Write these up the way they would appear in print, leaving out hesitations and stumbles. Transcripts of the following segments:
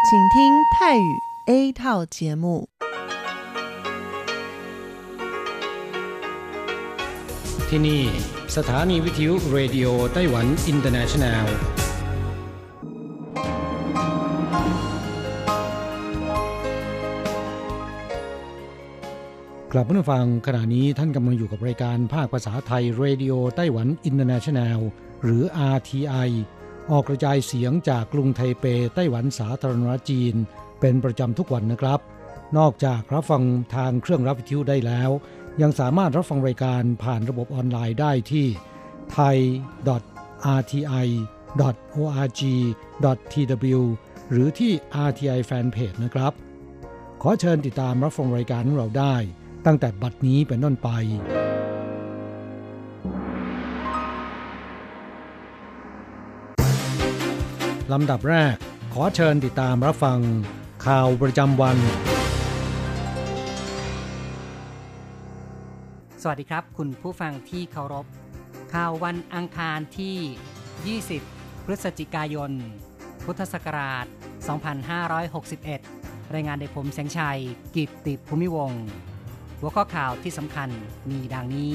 请听泰语 A 套节目。 ที่นี่สถานีวิทยุเรดิโอไต้หวันอินเตอร์เนชั่นแนลกลับมาฟังขณะนี้ท่านกำลังอยู่กับรายการภาคภาษาไทยเรดิโอไต้หวันอินเตอร์เนชั่นแนลหรือ RTI ออกกระจายเสียงจากกรุงไทเปไต้หวันสาธารณรัฐจีนเป็นประจำทุกวันนะครับนอกจากรับฟังทางเครื่องรับวิทยุได้แล้วยังสามารถรับฟังรายการผ่านระบบออนไลน์ได้ที่ thai.rti.org.tw หรือที่ RTI Fanpage นะครับขอเชิญติดตามรับฟังรายการของเราได้ตั้งแต่บัดนี้เป็นต้นไปลำดับแรกขอเชิญติดตามรับฟังข่าวประจำวันสวัสดีครับคุณผู้ฟังที่เคารพข่าววันอังคารที่ 20 พฤศจิกายน พุทธศักราช 2561 รายงานโดยผมแสงชัย กิตติภูมิวงศ์หัวข้อข่าวที่สำคัญมีดังนี้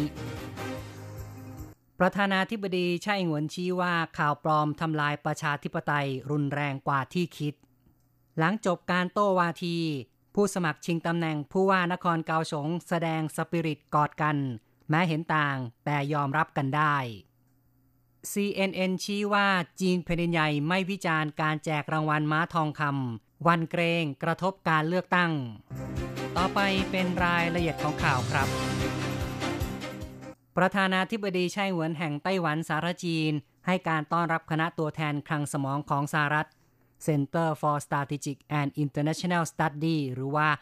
ประธานาธิบดีไช่อิงเหวินชี้ว่าข่าวปลอมทำลายประชาธิปไตยรุนแรงกว่าที่คิดหลังจบการโต้วาทีผู้สมัครชิงตำแหน่งผู้ว่านครเกาสงแสดงสปิริตกอดกันแม้เห็นต่างแต่ยอมรับกันได้ CNN ชี้ว่าจีนแผ่นดินใหญ่ไม่วิจารณ์การแจกรางวัลม้าทองคำวันเกรงกระทบการเลือกตั้งต่อไปเป็นรายละเอียดของข่าวครับประธานาธิบดีไช่อิงเหวินแห่งไต้หวันสาธารณจีนให้การต้อนรับคณะตัวแทนคลังสมองของสหรัฐ Center for Strategic and International Study หรือว่า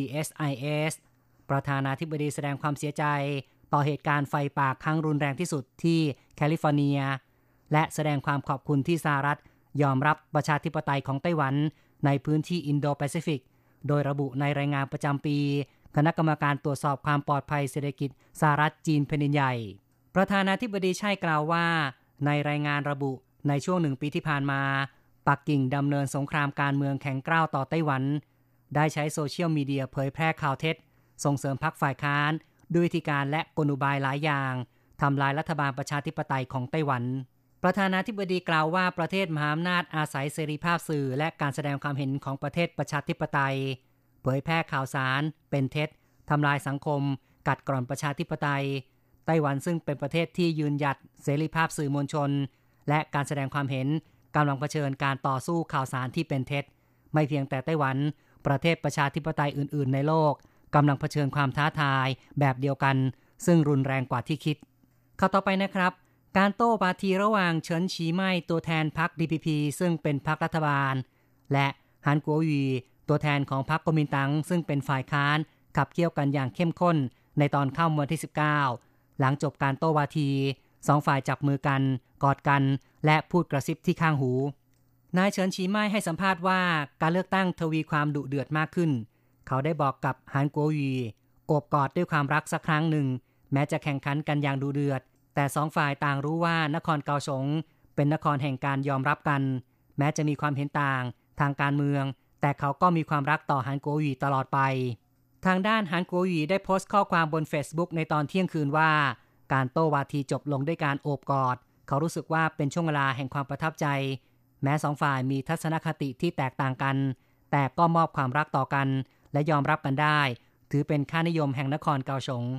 CSIS ประธานาธิบดีแสดงความเสียใจต่อเหตุการณ์ไฟป่าครั้งรุนแรงที่สุดที่แคลิฟอร์เนียและแสดงความขอบคุณที่สหรัฐยอมรับประชาธิปไตยของไต้หวันในพื้นที่อินโดแปซิฟิกโดยระบุในรายงานประจำปีคณะกรรมการตรวจสอบความปลอดภัยเศรษฐกิจสหรัฐจีนแผ่นดินใหญ่ประธานาธิบดีไช่กล่าวว่าในรายงานระบุในช่วง1 ปีที่ผ่านมาปักกิ่งดำเนินสงครามการเมืองแข็งกร้าวต่อไต้หวันได้ใช้โซเชียลมีเดียเผยแพร่ข่าวเท็จส่งเสริมพรรคฝ่ายค้านด้วยวิธีการและกลอุบายหลายอย่างทำลายรัฐบาลประชาธิปไตยของไต้หวันประธานาธิบดีกล่าวว่าประเทศมหาอำนาจอาศัยเสรีภาพสื่อและการแสดงความเห็นของประเทศประชาธิปไตยเผยแพร่ข่าวสารเป็นเท็จทำลายสังคมกัดกร่อนประชาธิปไตยไต้หวันซึ่งเป็นประเทศที่ยืนหยัดเสรีภาพสื่อมวลชนและการแสดงความเห็นกำลังเผชิญการต่อสู้ข่าวสารที่เป็นเท็จไม่เพียงแต่ไต้หวันประเทศประชาธิปไตยอื่นๆในโลกกำลังเผชิญความท้าทายแบบเดียวกันซึ่งรุนแรงกว่าที่คิดข่าวต่อไปนะครับการโต้วาทีระหว่างเฉินฉีไม่ตัวแทนพรรค DPP ซึ่งเป็นพรรครัฐบาลและฮันกัวหวีตัวแทนของพรรคก๊กมินตั๋งซึ่งเป็นฝ่ายค้านขับเคี่ยวกันอย่างเข้มข้นในตอนค่ำวันที่19หลังจบการโต้วาทีสองฝ่ายจับมือกันกอดกันและพูดกระซิบที่ข้างหูนายเฉินฉีไม่ให้สัมภาษณ์ว่าการเลือกตั้งทวีความดุเดือดมากขึ้นเขาได้บอกกับฮันกัวหวีโอบกอดด้วยความรักสักครั้งหนึ่งแม้จะแข่งขันกันอย่างดุเดือดแต่สองฝ่ายต่างรู้ว่านครเกาสงเป็นนครแห่งการยอมรับกันแม้จะมีความเห็นต่างทางการเมืองแต่เขาก็มีความรักต่อฮันกัวหวีตลอดไปทางด้านฮันกัวหวีได้โพสต์ข้อความบน Facebook ในตอนเที่ยงคืนว่าการโต้วาทีจบลงด้วยการโอบกอดเขารู้สึกว่าเป็นช่วงเวลาแห่งความประทับใจแม้สองฝ่ายมีทัศนคติที่แตกต่างกันแต่ก็มอบความรักต่อกันและยอมรับกันได้ถือเป็นค่านิยมแห่งนครเกาสง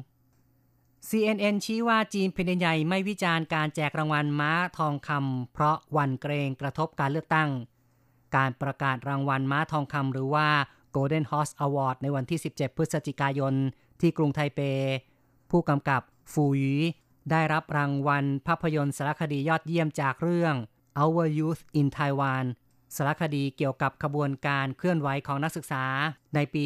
CNN ชี้ว่าจีนแผ่นดินใหญ่ไม่วิจารณ์การแจกรางวัลม้าทองคำเพราะหวั่นเกรงกระทบการเลือกตั้งการประกาศรางวัลม้าทองคำหรือว่า Golden Horse Award ในวันที่17 พฤศจิกายนที่กรุงไทเปผู้กำกับฟูหยีได้รับรางวัลภาพยนตร์สารคดียอดเยี่ยมจากเรื่อง Our Youth in Taiwan สารคดีเกี่ยวกับขบวนการเคลื่อนไหวของนักศึกษาในปี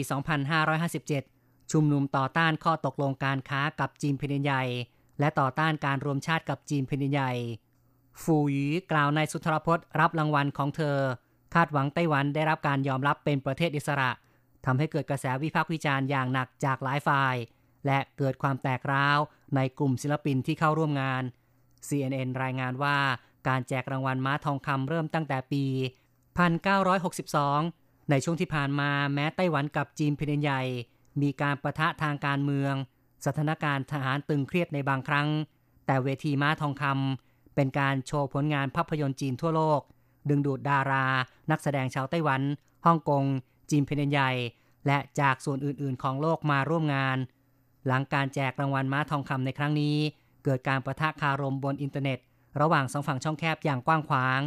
2557 ชุมนุมต่อต้านข้อตกลงการค้ากับจีนแผ่นดินใหญ่และต่อต้านการรวมชาติกับจีนแผ่นดินใหญ่ฟูหยีกล่าวในสุนทรพจน์รับรางวัลของเธอคาดหวังไต้หวันได้รับการยอมรับเป็นประเทศอิสระทำให้เกิดกระแสวิพากษ์วิจารณ์อย่างหนักจากหลายฝ่ายและเกิดความแตกร้าวในกลุ่มศิลปินที่เข้าร่วมงาน CNN รายงานว่าการแจกรางวัลม้าทองคำเริ่มตั้งแต่ปี 1962 ในช่วงที่ผ่านมาแม้ไต้หวันกับจีนแผ่นใหญ่มีการปะทะทางการเมืองสถานการณ์ทหารตึงเครียดในบางครั้งแต่เวทีม้าทองคำเป็นการโชว์ผลงานภาพยนตร์จีนทั่วโลกดึงดูดดารานักแสดงชาวไต้หวันฮ่องกงจีนแผ่นใหญ่และจากส่วนอื่นๆของโลกมาร่วมงานหลังการแจกรางวัลม้าทองคำในครั้งนี้เกิดการปะทะคารมบนอินเทอร์เน็ตระหว่างสองฝั่งช่องแคบอย่างกว้างขวาง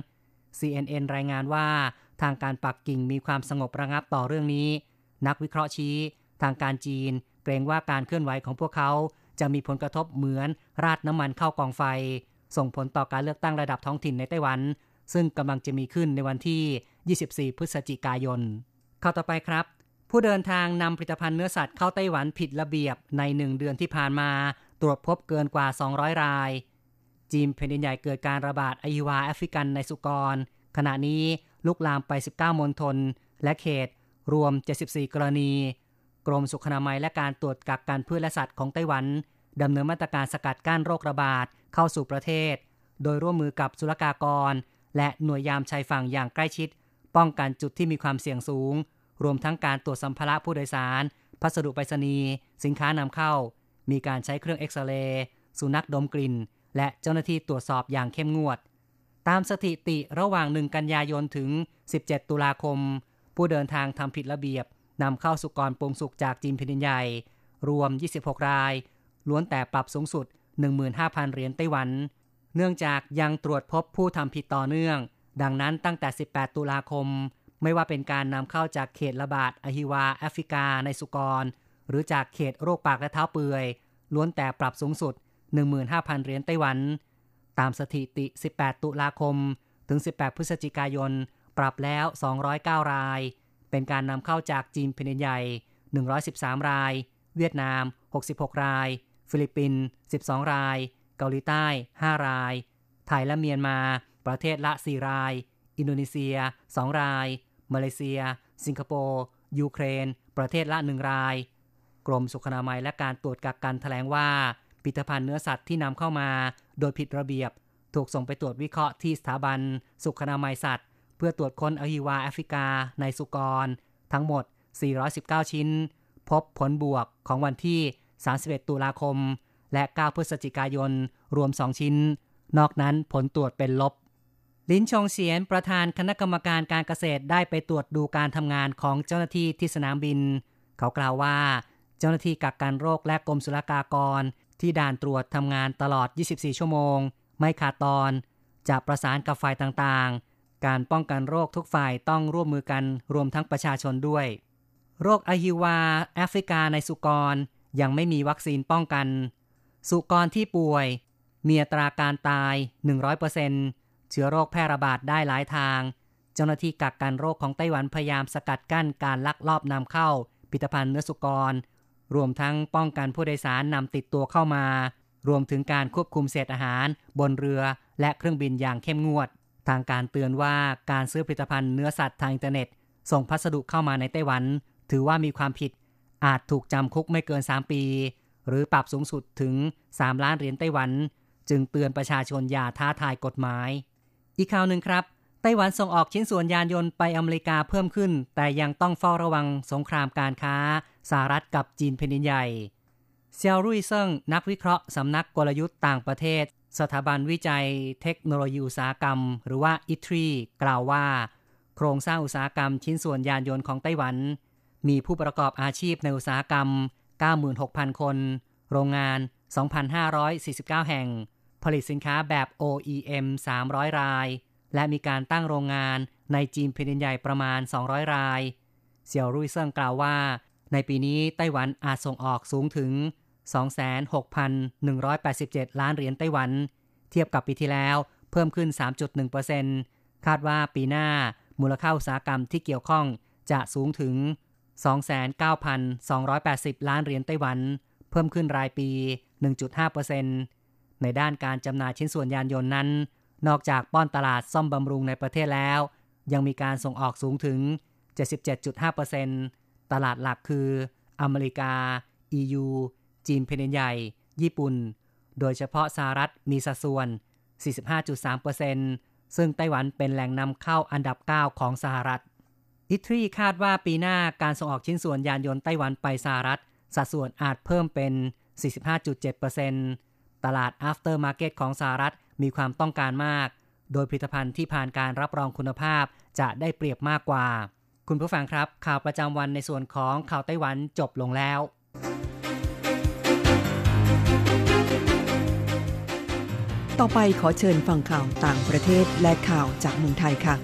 CNN รายงานว่าทางการปักกิ่งมีความสงบระงับต่อเรื่องนี้นักวิเคราะห์ชี้ทางการจีนเกรงว่าการเคลื่อนไหวของพวกเขาจะมีผลกระทบเหมือนราดน้ำมันเข้ากองไฟส่งผลต่อการเลือกตั้งระดับท้องถิ่นในไต้หวันซึ่งกำลังจะมีขึ้นในวันที่24พฤศจิกายนเข้าต่อไปครับผู้เดินทางนำผลิตภัณฑ์เนื้อสัตว์เข้าไต้หวันผิดระเบียบใน1เดือนที่ผ่านมาตรวจพบเกินกว่า200รายจีนแผ่นดินใหญ่เกิดการระบาดอหิวาแอฟริกันในสุกรขณะนี้ลุกลามไป19มณฑลและเขตรวม74กรณีกรมสุขอนามัยและการตรวจกักกันพืชและสัตว์ของไต้หวันดำเนินมาตรการสกัดกั้นโรคระบาดเข้าสู่ประเทศโดยร่วมมือกับศุลกากรและหน่วยยามชายฝั่งอย่างใกล้ชิดป้องกันจุดที่มีความเสี่ยงสูงรวมทั้งการตรวจสัมภาระผู้โดยสารพัสดุไปรษณีย์สินค้านำเข้ามีการใช้เครื่องเอ็กซเรย์สุนัขดมกลิ่นและเจ้าหน้าที่ตรวจสอบอย่างเข้มงวดตามสถิติระหว่าง1กันยายนถึง17ตุลาคมผู้เดินทางทำผิดระเบียบนำเข้าสุกรปรุงสุกจากจีนแผ่นดินใหญ่รวม26รายล้วนแต่ปรับสูงสุด 15,000 เหรียญไต้หวันเนื่องจากยังตรวจพบผู้ทำผิดต่อเนื่องดังนั้นตั้งแต่18ตุลาคมไม่ว่าเป็นการนำเข้าจากเขตระบาดอหิวาแอฟริกาในสุกรหรือจากเขตโรคปากและเท้าเปื่อยล้วนแต่ปรับสูงสุด 15,000 เหรียญไต้หวันตามสถิติ18ตุลาคมถึง18พฤศจิกายนปรับแล้ว209รายเป็นการนำเข้าจากจีนแผ่นดินใหญ่113รายเวียดนาม66รายฟิลิปปินส์12รายเกาหลีใต้5รายไทยและเมียนมาประเทศละ4รายอินโดนีเซีย2รายมาเลเซียสิงคโปร์ยูเครนประเทศละ1รายกรมสุขอนามัยและการตรวจกักกันแถลงว่าผลิตภัณฑ์เนื้อสัตว์ที่นำเข้ามาโดยผิดระเบียบถูกส่งไปตรวจวิเคราะห์ที่สถาบันสุขอนามัยสัตว์เพื่อตรวจค้นอหิวาแอฟริกาในสุกรทั้งหมด419ชิ้นพบผลบวกของวันที่31ตุลาคมและ9พฤศจิกายนรวม2ชิ้นนอกนั้นผลตรวจเป็นลบลินชงเฉียนประธานคณะกรรมการการเกษตรได้ไปตรวจดูการทำงานของเจ้าหน้าที่ที่สนามบินเขากล่าวว่าเจ้าหน้าที่กักกันโรคและกรมศุลกากรที่ด่านตรวจทำงานตลอด24ชั่วโมงไม่ขาดตอนจะประสานกับฝ่ายต่างๆการป้องกันโรคทุกฝ่ายต้องร่วมมือกันรวมทั้งประชาชนด้วยโรคอหิวาแอฟริกาในสุกรยังไม่มีวัคซีนป้องกันสุกรที่ป่วยมีอัตราการตาย 100%เชื้อโรคแพร่ระบาดได้หลายทางเจ้าหน้าที่กักกันโรคของไต้หวันพยายามสกัดกั้นการลักลอบนำเข้าผลิตภัณฑ์เนื้อสุกรรวมทั้งป้องกันผู้โดยสารนำติดตัวเข้ามารวมถึงการควบคุมเศษอาหารบนเรือและเครื่องบินอย่างเข้มงวดทางการเตือนว่าการซื้อผลิตภัณฑ์เนื้อสัตว์ทางอินเทอร์เน็ตส่งพัสดุเข้ามาในไต้หวันถือว่ามีความผิดอาจถูกจำคุกไม่เกิน3ปีหรือปรับสูงสุดถึง3ล้านเหรียญไต้หวันจึงเตือนประชาชนอย่าท้าทายกฎหมายอีกข่าวหนึ่งครับไต้หวันส่งออกชิ้นส่วนยานยนต์ไปอเมริกาเพิ่มขึ้นแต่ยังต้องเฝ้าระวังสงครามการค้าสหรัฐกับจีนแผ่นดินใหญ่เซียวรุ่ยเซิ่งนักวิเคราะห์สำนักกลยุทธ์ต่างประเทศสถาบันวิจัยเทคโนโลยีอุตสาหกรรมหรือว่า ITRI กล่าวว่าโครงสร้างอุตสาหกรรมชิ้นส่วนยานยนต์ของไต้หวันมีผู้ประกอบอาชีพในอุตสาหกรรม 96,000 คนโรงงาน 2,549 แห่งผลิตสินค้าแบบ OEM 300 รายและมีการตั้งโรงงานในจีนแผ่นดินใหญ่ประมาณ200รายเสี่ยวรุ่ยเซิ่งกล่าวว่าในปีนี้ไต้หวันอาจส่งออกสูงถึง 26,187 ล้านเหรียญไต้หวันเทียบกับปีที่แล้วเพิ่มขึ้น 3.1% คาดว่าปีหน้ามูลค่าอุตสาหกรรมที่เกี่ยวข้องจะสูงถึง 29,280 ล้านเหรียญไต้หวันเพิ่มขึ้นรายปี 1.5% ในด้านการจำหน่ายชิ้นส่วนยานยนต์นั้นนอกจากป้อนตลาดซ่อมบำรุงในประเทศแล้วยังมีการส่งออกสูงถึง 77.5% ตลาดหลักคืออเมริกา EU จีนแผ่นดินใหญ่ญี่ปุ่นโดยเฉพาะสหรัฐมีสัดส่วน 45.3% ซึ่งไต้หวันเป็นแหล่งนำเข้าอันดับ9ของสหรัฐอิตรีคาดว่าปีหน้าการส่งออกชิ้นส่วนยานยนต์ไต้หวันไปสหรัฐสัดส่วนอาจเพิ่มเป็น 45.7% ตลาด After Market ของสหรัฐมีความต้องการมากโดยผลิตภัณฑ์ที่ผ่านการรับรองคุณภาพจะได้เปรียบมากกว่าคุณผู้ฟังครับข่าวประจำวันในส่วนของข่าวไต้หวันจบลงแล้วต่อไปขอเชิญฟังข่าวต่างประเทศและข่าวจากเมืองไทยค่ะ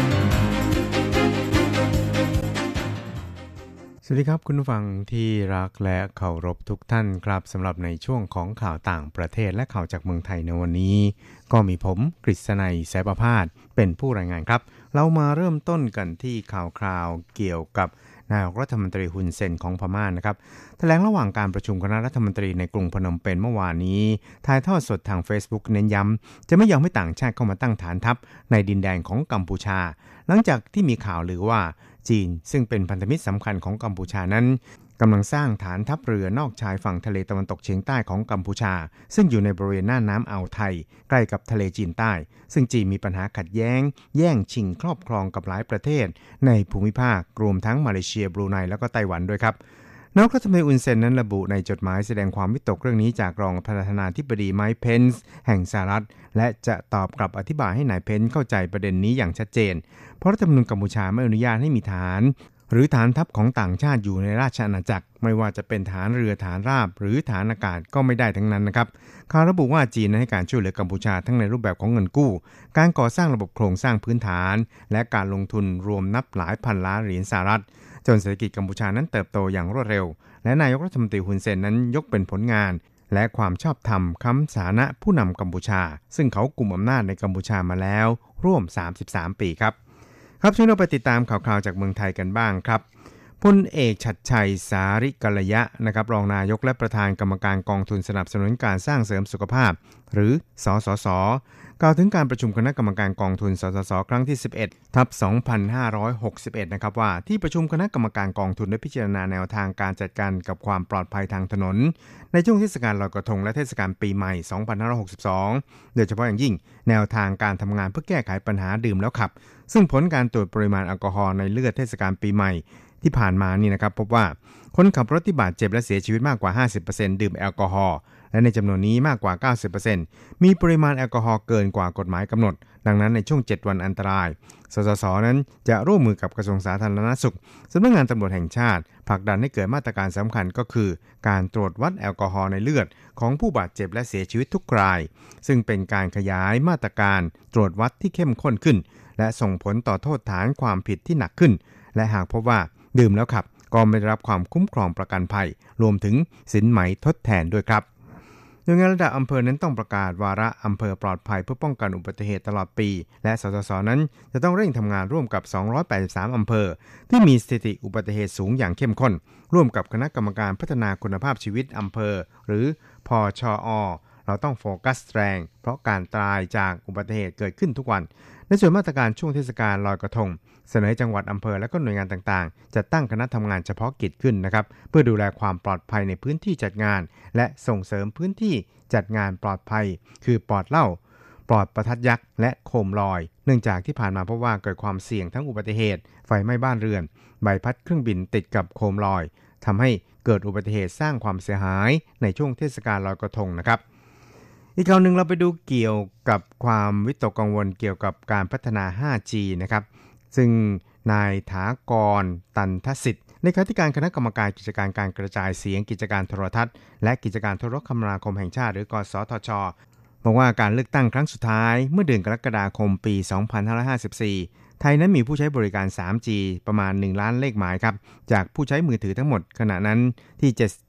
สวัสดีครับคุณผู้ฟังที่รักและเคารพทุกท่านครับสำหรับในช่วงของข่าวต่างประเทศและข่าวจากเมืองไทยในวันนี้ก็มีผมกฤษณัยแสประภาสเป็นผู้รายงานครับเรามาเริ่มต้นกันที่ข่าวคราวเกี่ยวกับนายกรัฐมนตรีฮุนเซนของพม่านะครับแถลงระหว่างการประชุมคณะรัฐมนตรีในกรุงพนมเปญเมื่อวานนี้ถ่ายทอดสดทาง Facebook เน้นย้ำจะไม่ยอมให้ต่างชาติเข้ามาตั้งฐานทัพในดินแดนของกัมพูชาหลังจากที่มีข่าวลือว่าจีนซึ่งเป็นพันธมิตรสำคัญของกัมพูชานั้นกำลังสร้างฐานทัพเรือนอกชายฝั่งทะเลตะวันตกเฉียงใต้ของกัมพูชาซึ่งอยู่ในบริเวณหน้าน้ำอ่าวไทยใกล้กับทะเลจีนใต้ซึ่งจีนมีปัญหาขัดแย้งแย่งชิงครอบครองกับหลายประเทศในภูมิภาครวมทั้งมาเลเซียบรูไนแล้วก็ไต้หวันด้วยครับนายกรัฐมนตรีอุนเซนนั้นระบุในจดหมายแสดงความวิตกเรื่องนี้จากรองประธานาธิบดีไมค์เพนซ์แห่งสหรัฐและจะตอบกลับอธิบายให้นายเพนซ์เข้าใจประเด็นนี้อย่างชัดเจนเพราะรัฐธรรมนูญกัมพูชาไม่อนุญาตให้มีฐานหรือฐานทัพของต่างชาติอยู่ในราชอาณาจักรไม่ว่าจะเป็นฐานเรือฐานราบหรือฐานอากาศก็ไม่ได้ทั้งนั้นนะครับข่าวระบุว่าจีนให้การช่วยเหลือกัมพูชาทั้งในรูปแบบของเงินกู้การก่อสร้างระบบโครงสร้างพื้นฐานและการลงทุนรวมนับหลายพันล้านเหรียญสหรัฐจนเศรษฐกิจกัมพูชานั้นเติบโตอย่างรวดเร็วและนายกรัฐมนตรีฮุนเซนนั้นยกเป็นผลงานและความชอบธรรมค้ำฐานะผู้นำกัมพูชาซึ่งเขากุมอำนาจในกัมพูชามาแล้วร่วม33ปีครับช่วงเราไปติดตามข่าวๆจากเมืองไทยกันบ้างครับพลเอกชัดชัยสาริกัลยะนะครับรองนายกและประธานกรรมการกองทุนสนับสนุนการสร้างเสริมสุขภาพหรือสสส.กล่าวถึงการประชุมคณะกรรมการกองทุนสสส.ครั้งที่ 11/2561 นะครับว่าที่ประชุมคณะกรรมการกองทุนได้พิจารณาแนวทางการจัดการกับความปลอดภัยทางถนนในช่วงเทศกาลลอยกระทงและเทศกาลปีใหม่ 2562 โดยเฉพาะอย่างยิ่งแนวทางการทำงานเพื่อแก้ไขปัญหาดื่มแล้วขับซึ่งผลการตรวจปริมาณแอลกอฮอล์ในเลือดเทศกาลปีใหม่ที่ผ่านมานี่นะครับพบว่าคนขับรถที่บาดเจ็บและเสียชีวิตมากกว่า 50% ดื่มแอลกอฮอล์และในจำนวนนี้มากกว่า 90% มีปริมาณแอลกอฮอล์เกินกว่ากฎหมายกำหนดดังนั้นในช่วง7วันอันตรายสสส.นั้นจะร่วมมือกับกระทรวงสาธารณสุขสำนักงานตำรวจแห่งชาติผลักดันให้เกิดมาตรการสำคัญก็คือการตรวจวัดแอลกอฮอล์ในเลือดของผู้บาดเจ็บและเสียชีวิตทุกรายซึ่งเป็นการขยายมาตรการตรวจวัดที่เข้มข้นขึ้นและส่งผลต่อโทษฐานความผิดที่หนักขึ้นและหากพบว่าดื่มแล้วขับก็ไม่ได้รับความคุ้มครองประกันภัยรวมถึงสินไหมทดแทนด้วยครับโดยงานระดับอำเภอนั้นต้องประกาศวาระอำเภอปลอดภัยเพื่อป้องกันอุบัติเหตุตลอดปีและสสส.นั้นจะต้องเร่งทำงานร่วมกับ283อำเภอที่มีสถิติอุบัติเหตุสูงอย่างเข้มข้นร่วมกับคณะกรรมการพัฒนาคุณภาพชีวิตอำเภอหรือพชอ.เราต้องโฟกัสแรงเพราะการตายจากอุบัติเหตุเกิดขึ้นทุกวันในส่วนมาตรการช่วงเทศกาลลอยกระทงเสนอจังหวัดอำเภอและก็หน่วยงานต่างๆจะตั้งคณะทำงานเฉพาะกิจขึ้นนะครับเพื่อดูแลความปลอดภัยในพื้นที่จัดงานและส่งเสริมพื้นที่จัดงานปลอดภัยคือปลอดเหล้าปลอดประทัดยักษ์และโคมลอยเนื่องจากที่ผ่านมาพบว่าเกิดความเสี่ยงทั้งอุบัติเหตุไฟไหม้บ้านเรือนใบพัดเครื่องบินติดกับโคมลอยทำให้เกิดอุบัติเหตุสร้างความเสียหายในช่วงเทศกาลลอยกระทงนะครับอีกข่าวหนึ่งเราไปดูเกี่ยวกับความวิตกกังวลเกี่ยวกับการพัฒนา 5G นะครับซึ่งนายถากรตันทสิทธิ์เลขาธิการคณะกรรมการกิจการการกระจายเสียงกิจการโทรทัศน์และกิจการโทรคมนาคมแห่งชาติหรือกสทช.บอกว่าการเลือกตั้งครั้งสุดท้ายเมื่อเดือนกรกฎาคมปี 2554 ไทยนั้นมีผู้ใช้บริการ 3G ประมาณ 1 ล้านเลขหมายครับจากผู้ใช้มือถือทั้งหมดขณะนั้นที่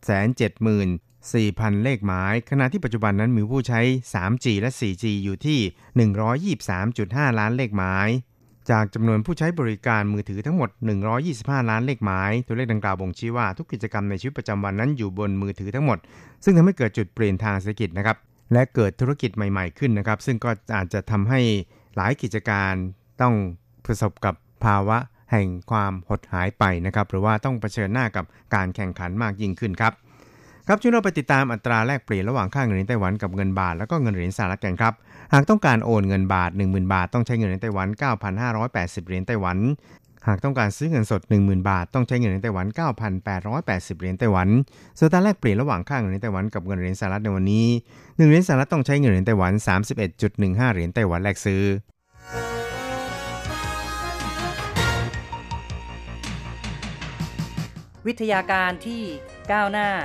774,000 เลขหมายขณะที่ปัจจุบันนั้นมีผู้ใช้ 3G และ 4G อยู่ที่ 123.5 ล้านเลขหมายจากจำนวนผู้ใช้บริการมือถือทั้งหมด125ล้านเลขหมายตัวเลขดังกล่าวบ่งชี้ว่าทุกกิจกรรมในชีวิตประจำวันนั้นอยู่บนมือถือทั้งหมดซึ่งทำให้เกิดจุดเปลี่ยนทางเศรษฐกิจนะครับและเกิดธุรกิจใหม่ๆขึ้นนะครับซึ่งก็อาจจะทำให้หลายกิจการต้องประสบกับภาวะแห่งความหดหายไปนะครับหรือว่าต้องเผชิญหน้ากับการแข่งขันมากยิ่งขึ้นครับช่วยเราไปติดตามอัตราแลกเปลี่ยนระหว่างค่าเงินเหรียญไต้หวันกับเงินบาทแล้วก็เงินเหรียญสหรัฐกันครับหากต้องการโอนเงินบาท 10,000 บาทต้องใช้เงินเหรียญไต้หวัน 9,580 เหรียญไต้หวันหากต้องการซื้อเงินสด 10,000 บาทต้องใช้เงินเหรียญไต้หวัน 9,880 เหรียญไต้หวันส่วนอัตราแลกเปลี่ยนระหว่างค่าเงินเหรียญไต้หวันกับเงินเหรียญสหรัฐในวันนี้1เหรียญสหรัฐต้องใช้เงินเหรียญไต้หวัน 31.15 เหรียญไต้หวันแลกซื้อวิทยาการที่ก้าวหน้า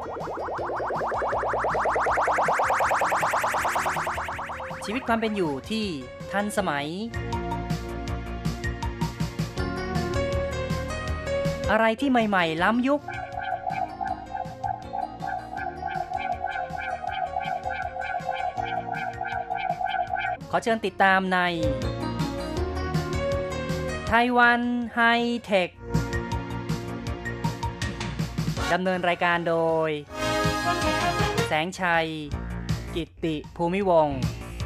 ชีวิตความเป็นอยู่ที่ทันสมัยอะไรที่ใหม่ๆล้ำยุคขอเชิญติดตามในไต้หวันไฮเทคดำเนินรายการโดยแสงชัยกิตติภูมิวงศ์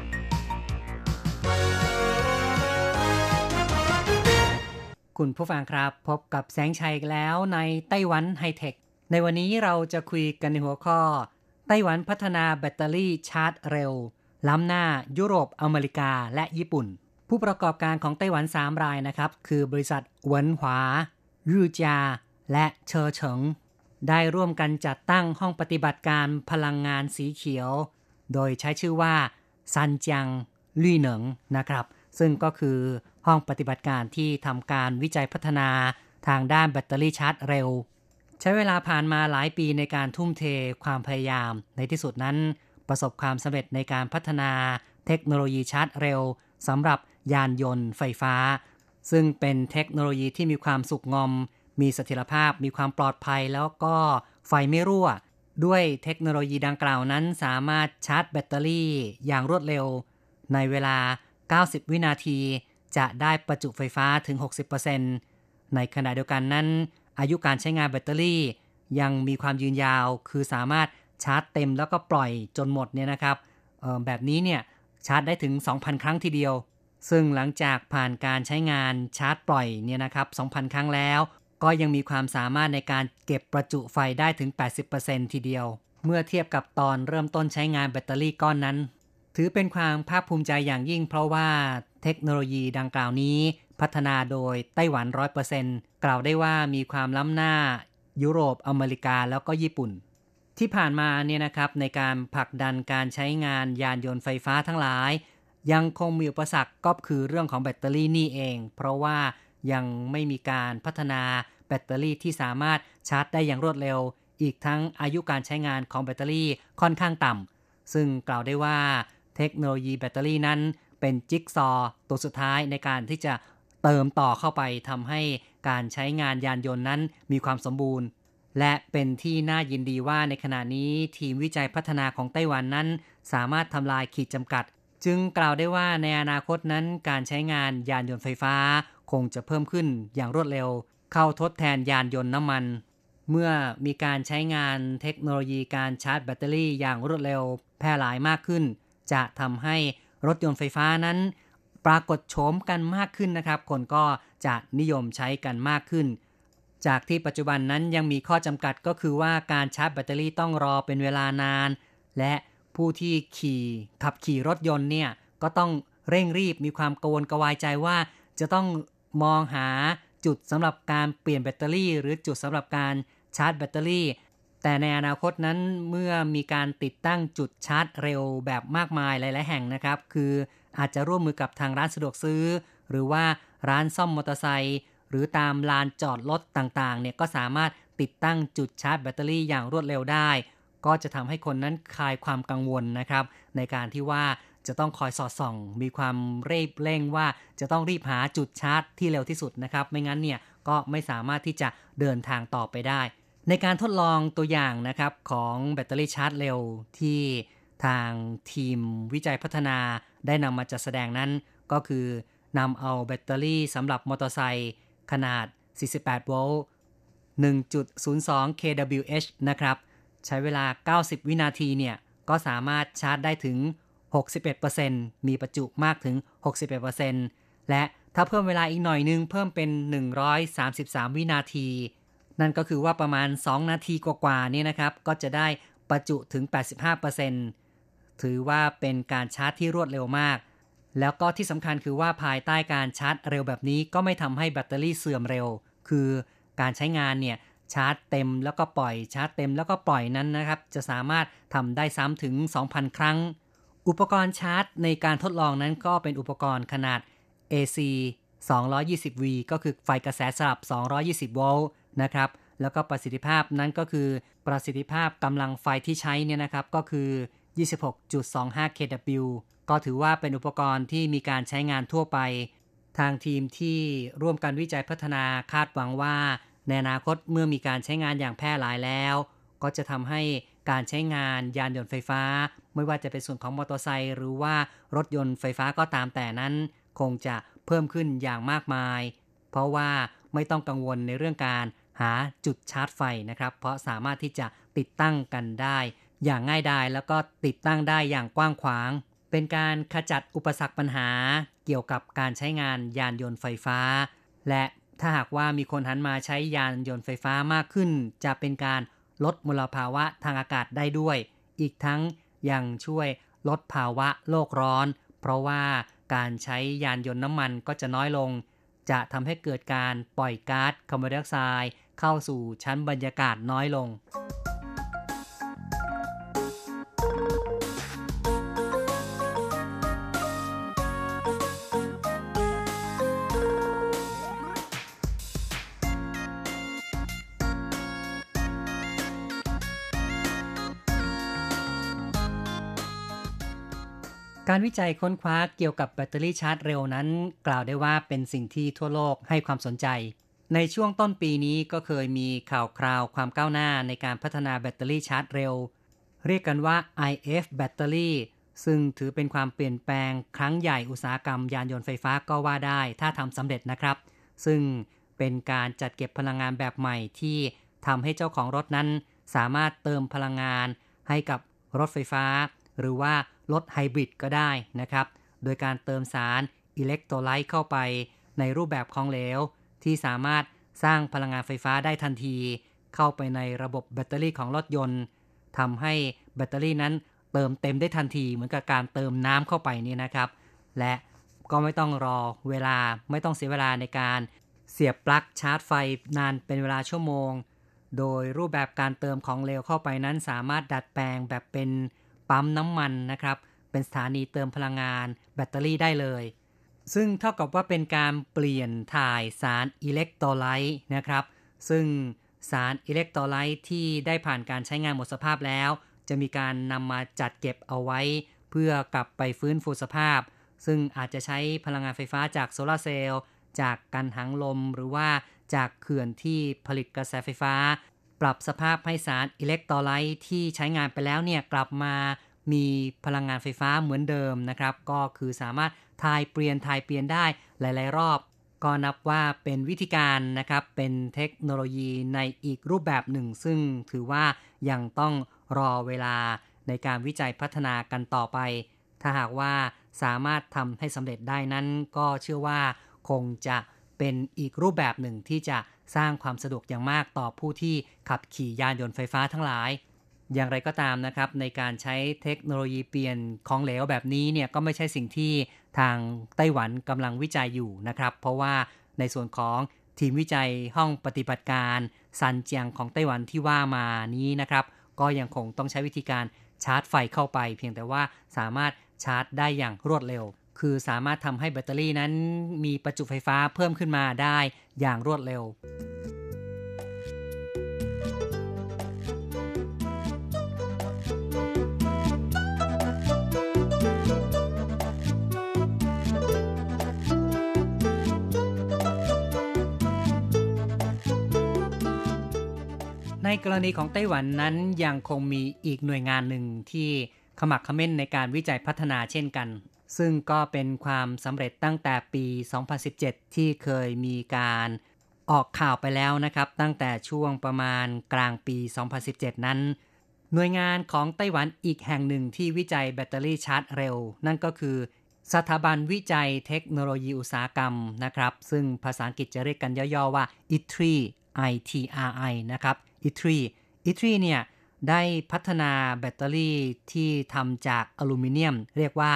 คุณผู้ฟังครับพบกับแสงชัยอีกแล้วในไต้หวันไฮเทคในวันนี้เราจะคุยกันในหัวข้อไต้หวันพัฒนาแบตเตอรี่ชาร์จเร็วล้ำหน้ายุโรปอเมริกาและญี่ปุ่นผู้ประกอบการของไต้หวัน3รายนะครับคือบริษัทเหวินหวายู่จาและเชอเฉิงได้ร่วมกันจัดตั้งห้องปฏิบัติการพลังงานสีเขียวโดยใช้ชื่อว่าซันจังลี่เหนิงนะครับซึ่งก็คือห้องปฏิบัติการที่ทำการวิจัยพัฒนาทางด้านแบตเตอรี่ชาร์จเร็วใช้เวลาผ่านมาหลายปีในการทุ่มเทความพยายามในที่สุดนั้นประสบความสำเร็จในการพัฒนาเทคโนโลยีชาร์จเร็วสำหรับยานยนต์ไฟฟ้าซึ่งเป็นเทคโนโลยีที่มีความสุกงอมมีเสถียรภาพมีความปลอดภัยแล้วก็ไฟไม่รั่วด้วยเทคโนโลยีดังกล่าวนั้นสามารถชาร์จแบตเตอรี่อย่างรวดเร็วในเวลา90วินาทีจะได้ประจุไฟฟ้าถึง 60% ในขณะเดียวกันนั้นอายุการใช้งานแบตเตอรี่ยังมีความยืนยาวคือสามารถชาร์จเต็มแล้วก็ปล่อยจนหมดเนี่ยนะครับแบบนี้เนี่ยชาร์จได้ถึง 2,000 ครั้งทีเดียวซึ่งหลังจากผ่านการใช้งานชาร์จปล่อยเนี่ยนะครับ 2,000 ครั้งแล้วก็ยังมีความสามารถในการเก็บประจุไฟได้ถึง 80% ทีเดียวเมื่อเทียบกับตอนเริ่มต้นใช้งานแบตเตอรี่ก้อนนั้นถือเป็นความภาคภูมิใจอย่างยิ่งเพราะว่าเทคโนโลยีดังกล่าวนี้พัฒนาโดยไต้หวัน 100% กล่าวได้ว่ามีความล้ำหน้ายุโรปอเมริกาแล้วก็ญี่ปุ่นที่ผ่านมาเนี่ยนะครับในการผลักดันการใช้งานยานยนต์ไฟฟ้าทั้งหลายยังคงมีอุปสรรคก็คือเรื่องของแบตเตอรี่นี่เองเพราะว่ายังไม่มีการพัฒนาแบตเตอรี่ที่สามารถชาร์จได้อย่างรวดเร็วอีกทั้งอายุการใช้งานของแบตเตอรี่ค่อนข้างต่ำซึ่งกล่าวได้ว่าเทคโนโลยีแบตเตอรี่นั้นเป็นจิ๊กซอว์ตัวสุดท้ายในการที่จะเติมต่อเข้าไปทำให้การใช้งานยานยนต์นั้นมีความสมบูรณ์และเป็นที่น่ายินดีว่าในขณะนี้ทีมวิจัยพัฒนาของไต้หวันนั้นสามารถทำลายขีดจำกัดจึงกล่าวได้ว่าในอนาคตนั้นการใช้งานยานยนต์ไฟฟ้าคงจะเพิ่มขึ้นอย่างรวดเร็วเข้าทดแทนยานยนต์น้ำมันเมื่อมีการใช้งานเทคโนโลยีการชาร์จแบตเตอรี่อย่างรวดเร็วแพร่หลายมากขึ้นจะทำให้รถยนต์ไฟฟ้านั้นปรากฏโฉมกันมากขึ้นนะครับคนก็จะนิยมใช้กันมากขึ้นจากที่ปัจจุบันนั้นยังมีข้อจำกัดก็คือว่าการชาร์จแบตเตอรี่ต้องรอเป็นเวลานานและผู้ที่ขับขี่รถยนต์เนี่ยก็ต้องเร่งรีบมีความกังวลกระวายใจว่าจะต้องมองหาจุดสำหรับการเปลี่ยนแบตเตอรี่หรือจุดสำหรับการชาร์จแบตเตอรี่แต่ในอนาคตนั้นเมื่อมีการติดตั้งจุดชาร์จเร็วแบบมากมายหลายๆแห่งนะครับคืออาจจะร่วมมือกับทางร้านสะดวกซื้อหรือว่าร้านซ่อมมอเตอร์ไซค์หรือตามลานจอดรถต่างๆเนี่ยก็สามารถติดตั้งจุดชาร์จแบตเตอรี่อย่างรวดเร็วได้ก็จะทำให้คนนั้นคลายความกังวลนะครับในการที่ว่าจะต้องคอยสอดส่องมีความรีบเร่งว่าจะต้องรีบหาจุดชาร์จที่เร็วที่สุดนะครับไม่งั้นเนี่ยก็ไม่สามารถที่จะเดินทางต่อไปได้ในการทดลองตัวอย่างนะครับของแบตเตอรี่ชาร์จเร็วที่ทางทีมวิจัยพัฒนาได้นำมาจัดแสดงนั้นก็คือนำเอาแบตเตอรี่สำหรับมอเตอร์ไซค์ขนาด48โวลต์ 1.02 kWh นะครับใช้เวลา90วินาทีเนี่ยก็สามารถชาร์จได้ถึง 61% มีประจุมากถึง 61% และถ้าเพิ่มเวลาอีกหน่อยนึงเพิ่มเป็น133วินาทีนั่นก็คือว่าประมาณ2นาทีกว่าๆนี่นะครับก็จะได้ประจุถึง 85% ถือว่าเป็นการชาร์จที่รวดเร็วมากแล้วก็ที่สำคัญคือว่าภายใต้การชาร์จเร็วแบบนี้ก็ไม่ทำให้แบตเตอรี่เสื่อมเร็วคือการใช้งานเนี่ยชาร์จเต็มแล้วก็ปล่อยชาร์จเต็มแล้วก็ปล่อยนั้นนะครับจะสามารถทำได้ซ้ำถึง 2,000 ครั้งอุปกรณ์ชาร์จในการทดลองนั้นก็เป็นอุปกรณ์ขนาด AC 220V ก็คือไฟกระแสสลับ220โวลต์นะครับแล้วก็ประสิทธิภาพนั้นก็คือประสิทธิภาพกำลังไฟที่ใช้เนี่ยนะครับก็คือ 26.25 kW ก็ถือว่าเป็นอุปกรณ์ที่มีการใช้งานทั่วไปทางทีมที่ร่วมกันวิจัยพัฒนาคาดหวังว่าในอนาคตเมื่อมีการใช้งานอย่างแพร่หลายแล้วก็จะทำให้การใช้งานยานยนต์ไฟฟ้าไม่ว่าจะเป็นส่วนของมอเตอร์ไซค์หรือว่ารถยนต์ไฟฟ้าก็ตามแต่นั้นคงจะเพิ่มขึ้นอย่างมากมายเพราะว่าไม่ต้องกังวลในเรื่องการหาจุดชาร์จไฟนะครับเพราะสามารถที่จะติดตั้งกันได้อย่างง่ายดายแล้วก็ติดตั้งได้อย่างกว้างขวางเป็นการขจัดอุปสรรคปัญหาเกี่ยวกับการใช้งานยานยนต์ไฟฟ้าและถ้าหากว่ามีคนหันมาใช้ยานยนต์ไฟฟ้ามากขึ้นจะเป็นการลดมลภาวะทางอากาศได้ด้วยอีกทั้งยังช่วยลดภาวะโลกร้อนเพราะว่าการใช้ยานยนต์น้ำมันก็จะน้อยลงจะทำให้เกิดการปล่อยก๊าซคาร์บอนไดออกไซด์เข้าสู่ชั้นบรรยากาศน้อยลงการวิจัยค้นคว้าเกี่ยวกับแบตเตอรี่ชาร์จเร็วนั้นกล่าวได้ว่าเป็นสิ่งที่ทั่วโลกให้ความสนใจในช่วงต้นปีนี้ก็เคยมีข่าวคราวความก้าวหน้าในการพัฒนาแบตเตอรี่ชาร์จเร็วเรียกกันว่า IF แบตเตอรี่ซึ่งถือเป็นความเปลี่ยนแปลงครั้งใหญ่อุตสาหกรรมยานยนต์ไฟฟ้าก็ว่าได้ถ้าทำสำเร็จนะครับซึ่งเป็นการจัดเก็บพลังงานแบบใหม่ที่ทำให้เจ้าของรถนั้นสามารถเติมพลังงานให้กับรถไฟฟ้าหรือว่ารถไฮบริดก็ได้นะครับโดยการเติมสารอิเล็กโทรไลต์เข้าไปในรูปแบบของเหลวที่สามารถสร้างพลังงานไฟฟ้าได้ทันทีเข้าไปในระบบแบตเตอรี่ของรถยนต์ทำให้แบตเตอรี่นั้นเติมเต็มได้ทันทีเหมือนกับการเติมน้ำเข้าไปนี่นะครับและก็ไม่ต้องรอเวลาไม่ต้องเสียเวลาในการเสียบปลั๊กชาร์จไฟนานเป็นเวลาชั่วโมงโดยรูปแบบการเติมของเหลวเข้าไปนั้นสามารถดัดแปลงแบบเป็นปั๊มน้ำมันนะครับเป็นสถานีเติมพลังงานแบตเตอรี่ได้เลยซึ่งเท่ากับว่าเป็นการเปลี่ยนถ่ายสารอิเล็กโทรไลต์นะครับซึ่งสารอิเล็กโทรไลต์ที่ได้ผ่านการใช้งานหมดสภาพแล้วจะมีการนำมาจัดเก็บเอาไว้เพื่อกลับไปฟื้นฟูสภาพซึ่งอาจจะใช้พลังงานไฟฟ้าจากโซลาร์เซลล์จากกังหันลมหรือว่าจากเขื่อนที่ผลิตกระแสไฟฟ้าปรับสภาพให้สารอิเล็กโทรไลต์ที่ใช้งานไปแล้วเนี่ยกลับมามีพลังงานไฟฟ้าเหมือนเดิมนะครับก็คือสามารถถ่ายเปลี่ยนได้หลายๆรอบก็นับว่าเป็นวิธีการนะครับเป็นเทคโนโลยีในอีกรูปแบบหนึ่งซึ่งถือว่ายังต้องรอเวลาในการวิจัยพัฒนากันต่อไปถ้าหากว่าสามารถทำให้สำเร็จได้นั้นก็เชื่อว่าคงจะเป็นอีกรูปแบบหนึ่งที่จะสร้างความสะดวกอย่างมากต่อผู้ที่ขับขี่ยานยนต์ไฟฟ้าทั้งหลายอย่างไรก็ตามนะครับในการใช้เทคโนโลยีเปลี่ยนของเหลวแบบนี้เนี่ยก็ไม่ใช่สิ่งที่ทางไต้หวันกำลังวิจัยอยู่นะครับเพราะว่าในส่วนของทีมวิจัยห้องปฏิบัติการซันเจียงของไต้หวันที่ว่ามานี้นะครับก็ยังคงต้องใช้วิธีการชาร์จไฟเข้าไปเพียงแต่ว่าสามารถชาร์จได้อย่างรวดเร็วคือสามารถทำให้แบตเตอรี่นั้นมีประจุไฟฟ้าเพิ่มขึ้นมาได้อย่างรวดเร็วในกรณีของไต้หวันนั้นยังคงมีอีกหน่วยงานหนึ่งที่ขมักเขม้นในการวิจัยพัฒนาเช่นกันซึ่งก็เป็นความสำเร็จตั้งแต่ปี 2017 ที่เคยมีการออกข่าวไปแล้วนะครับตั้งแต่ช่วงประมาณกลางปี 2017 นั้นหน่วยงานของไต้หวันอีกแห่งหนึ่งที่วิจัยแบตเตอรี่ชาร์จเร็วนั่นก็คือสถาบันวิจัยเทคโนโลยีอุตสาหกรรมนะครับซึ่งภาษาอังกฤษจะเรียกกันย่อๆว่า ITRI นะครับ ITRI เนี่ยได้พัฒนาแบตเตอรี่ที่ทำจากอลูมิเนียมเรียกว่าเ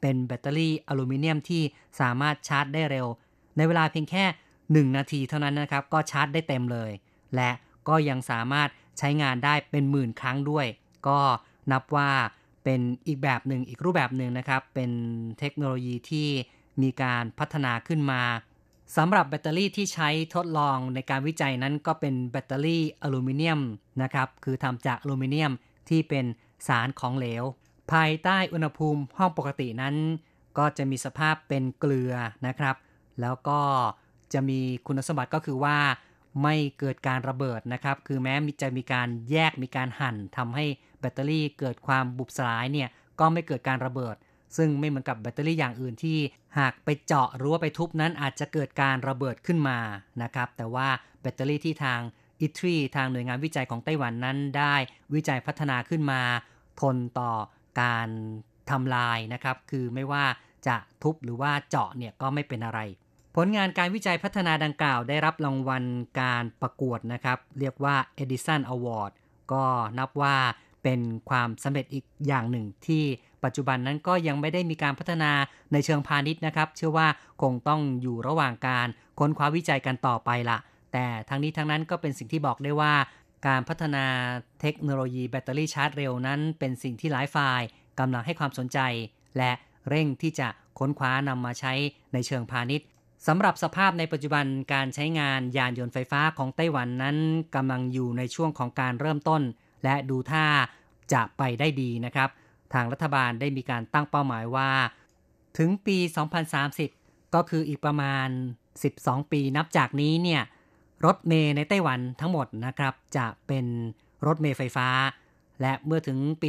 เป็นแบตเตอรี่อลูมิเนียมที่สามารถชาร์จได้เร็วในเวลาเพียงแค่1นาทีเท่านั้นนะครับก็ชาร์จได้เต็มเลยและก็ยังสามารถใช้งานได้เป็นหมื่นครั้งด้วยก็นับว่าเป็นอีกแบบหนึ่งอีกรูปแบบหนึ่งนะครับเป็นเทคโนโลยีที่มีการพัฒนาขึ้นมาสำหรับแบตเตอรี่ที่ใช้ทดลองในการวิจัยนั้นก็เป็นแบตเตอรี่อลูมิเนียมนะครับคือทำจากอลูมิเนียมที่เป็นสารของเหลวภายใต้อุณหภูมิห้องปกตินั้นก็จะมีสภาพเป็นเกลือนะครับแล้วก็จะมีคุณสมบัติก็คือว่าไม่เกิดการระเบิดนะครับคือแม้จะมีการแยกมีการหั่นทำให้แบตเตอรี่เกิดความบุบสลายเนี่ยก็ไม่เกิดการระเบิดซึ่งไม่เหมือนกับแบตเตอรี่อย่างอื่นที่หากไปเจาะหรือว่าไปทุบนั้นอาจจะเกิดการระเบิดขึ้นมานะครับแต่ว่าแบตเตอรี่ที่ทางอิตรีทางหน่วยงานวิจัยของไต้หวันนั้นได้วิจัยพัฒนาขึ้นมาทนต่อการทำลายนะครับคือไม่ว่าจะทุบหรือว่าเจาะเนี่ยก็ไม่เป็นอะไรผลงานการวิจัยพัฒนาดังกล่าวได้รับรางวัลการประกวดนะครับเรียกว่า Edison Award ก็นับว่าเป็นความสำเร็จอีกอย่างหนึ่งที่ปัจจุบันนั้นก็ยังไม่ได้มีการพัฒนาในเชิงพาณิชย์นะครับเชื่อว่าคงต้องอยู่ระหว่างการค้นคว้าวิจัยกันต่อไปละแต่ทั้งนี้ทั้งนั้นก็เป็นสิ่งที่บอกได้ว่าการพัฒนาเทคโนโลยีแบตเตอรี่ชาร์จเร็วนั้นเป็นสิ่งที่หลายฝ่ายกำลังให้ความสนใจและเร่งที่จะค้นคว้านำมาใช้ในเชิงพาณิชย์สำหรับสภาพในปัจจุบันการใช้งานยานยนต์ไฟฟ้าของไต้หวันนั้นกำลังอยู่ในช่วงของการเริ่มต้นและดูท่าจะไปได้ดีนะครับทางรัฐบาลได้มีการตั้งเป้าหมายว่าถึงปี 2030 ก็คืออีกประมาณ12ปีนับจากนี้เนี่ยรถเมล์ในไต้หวันทั้งหมดนะครับจะเป็นรถเมล์ไฟฟ้าและเมื่อถึงปี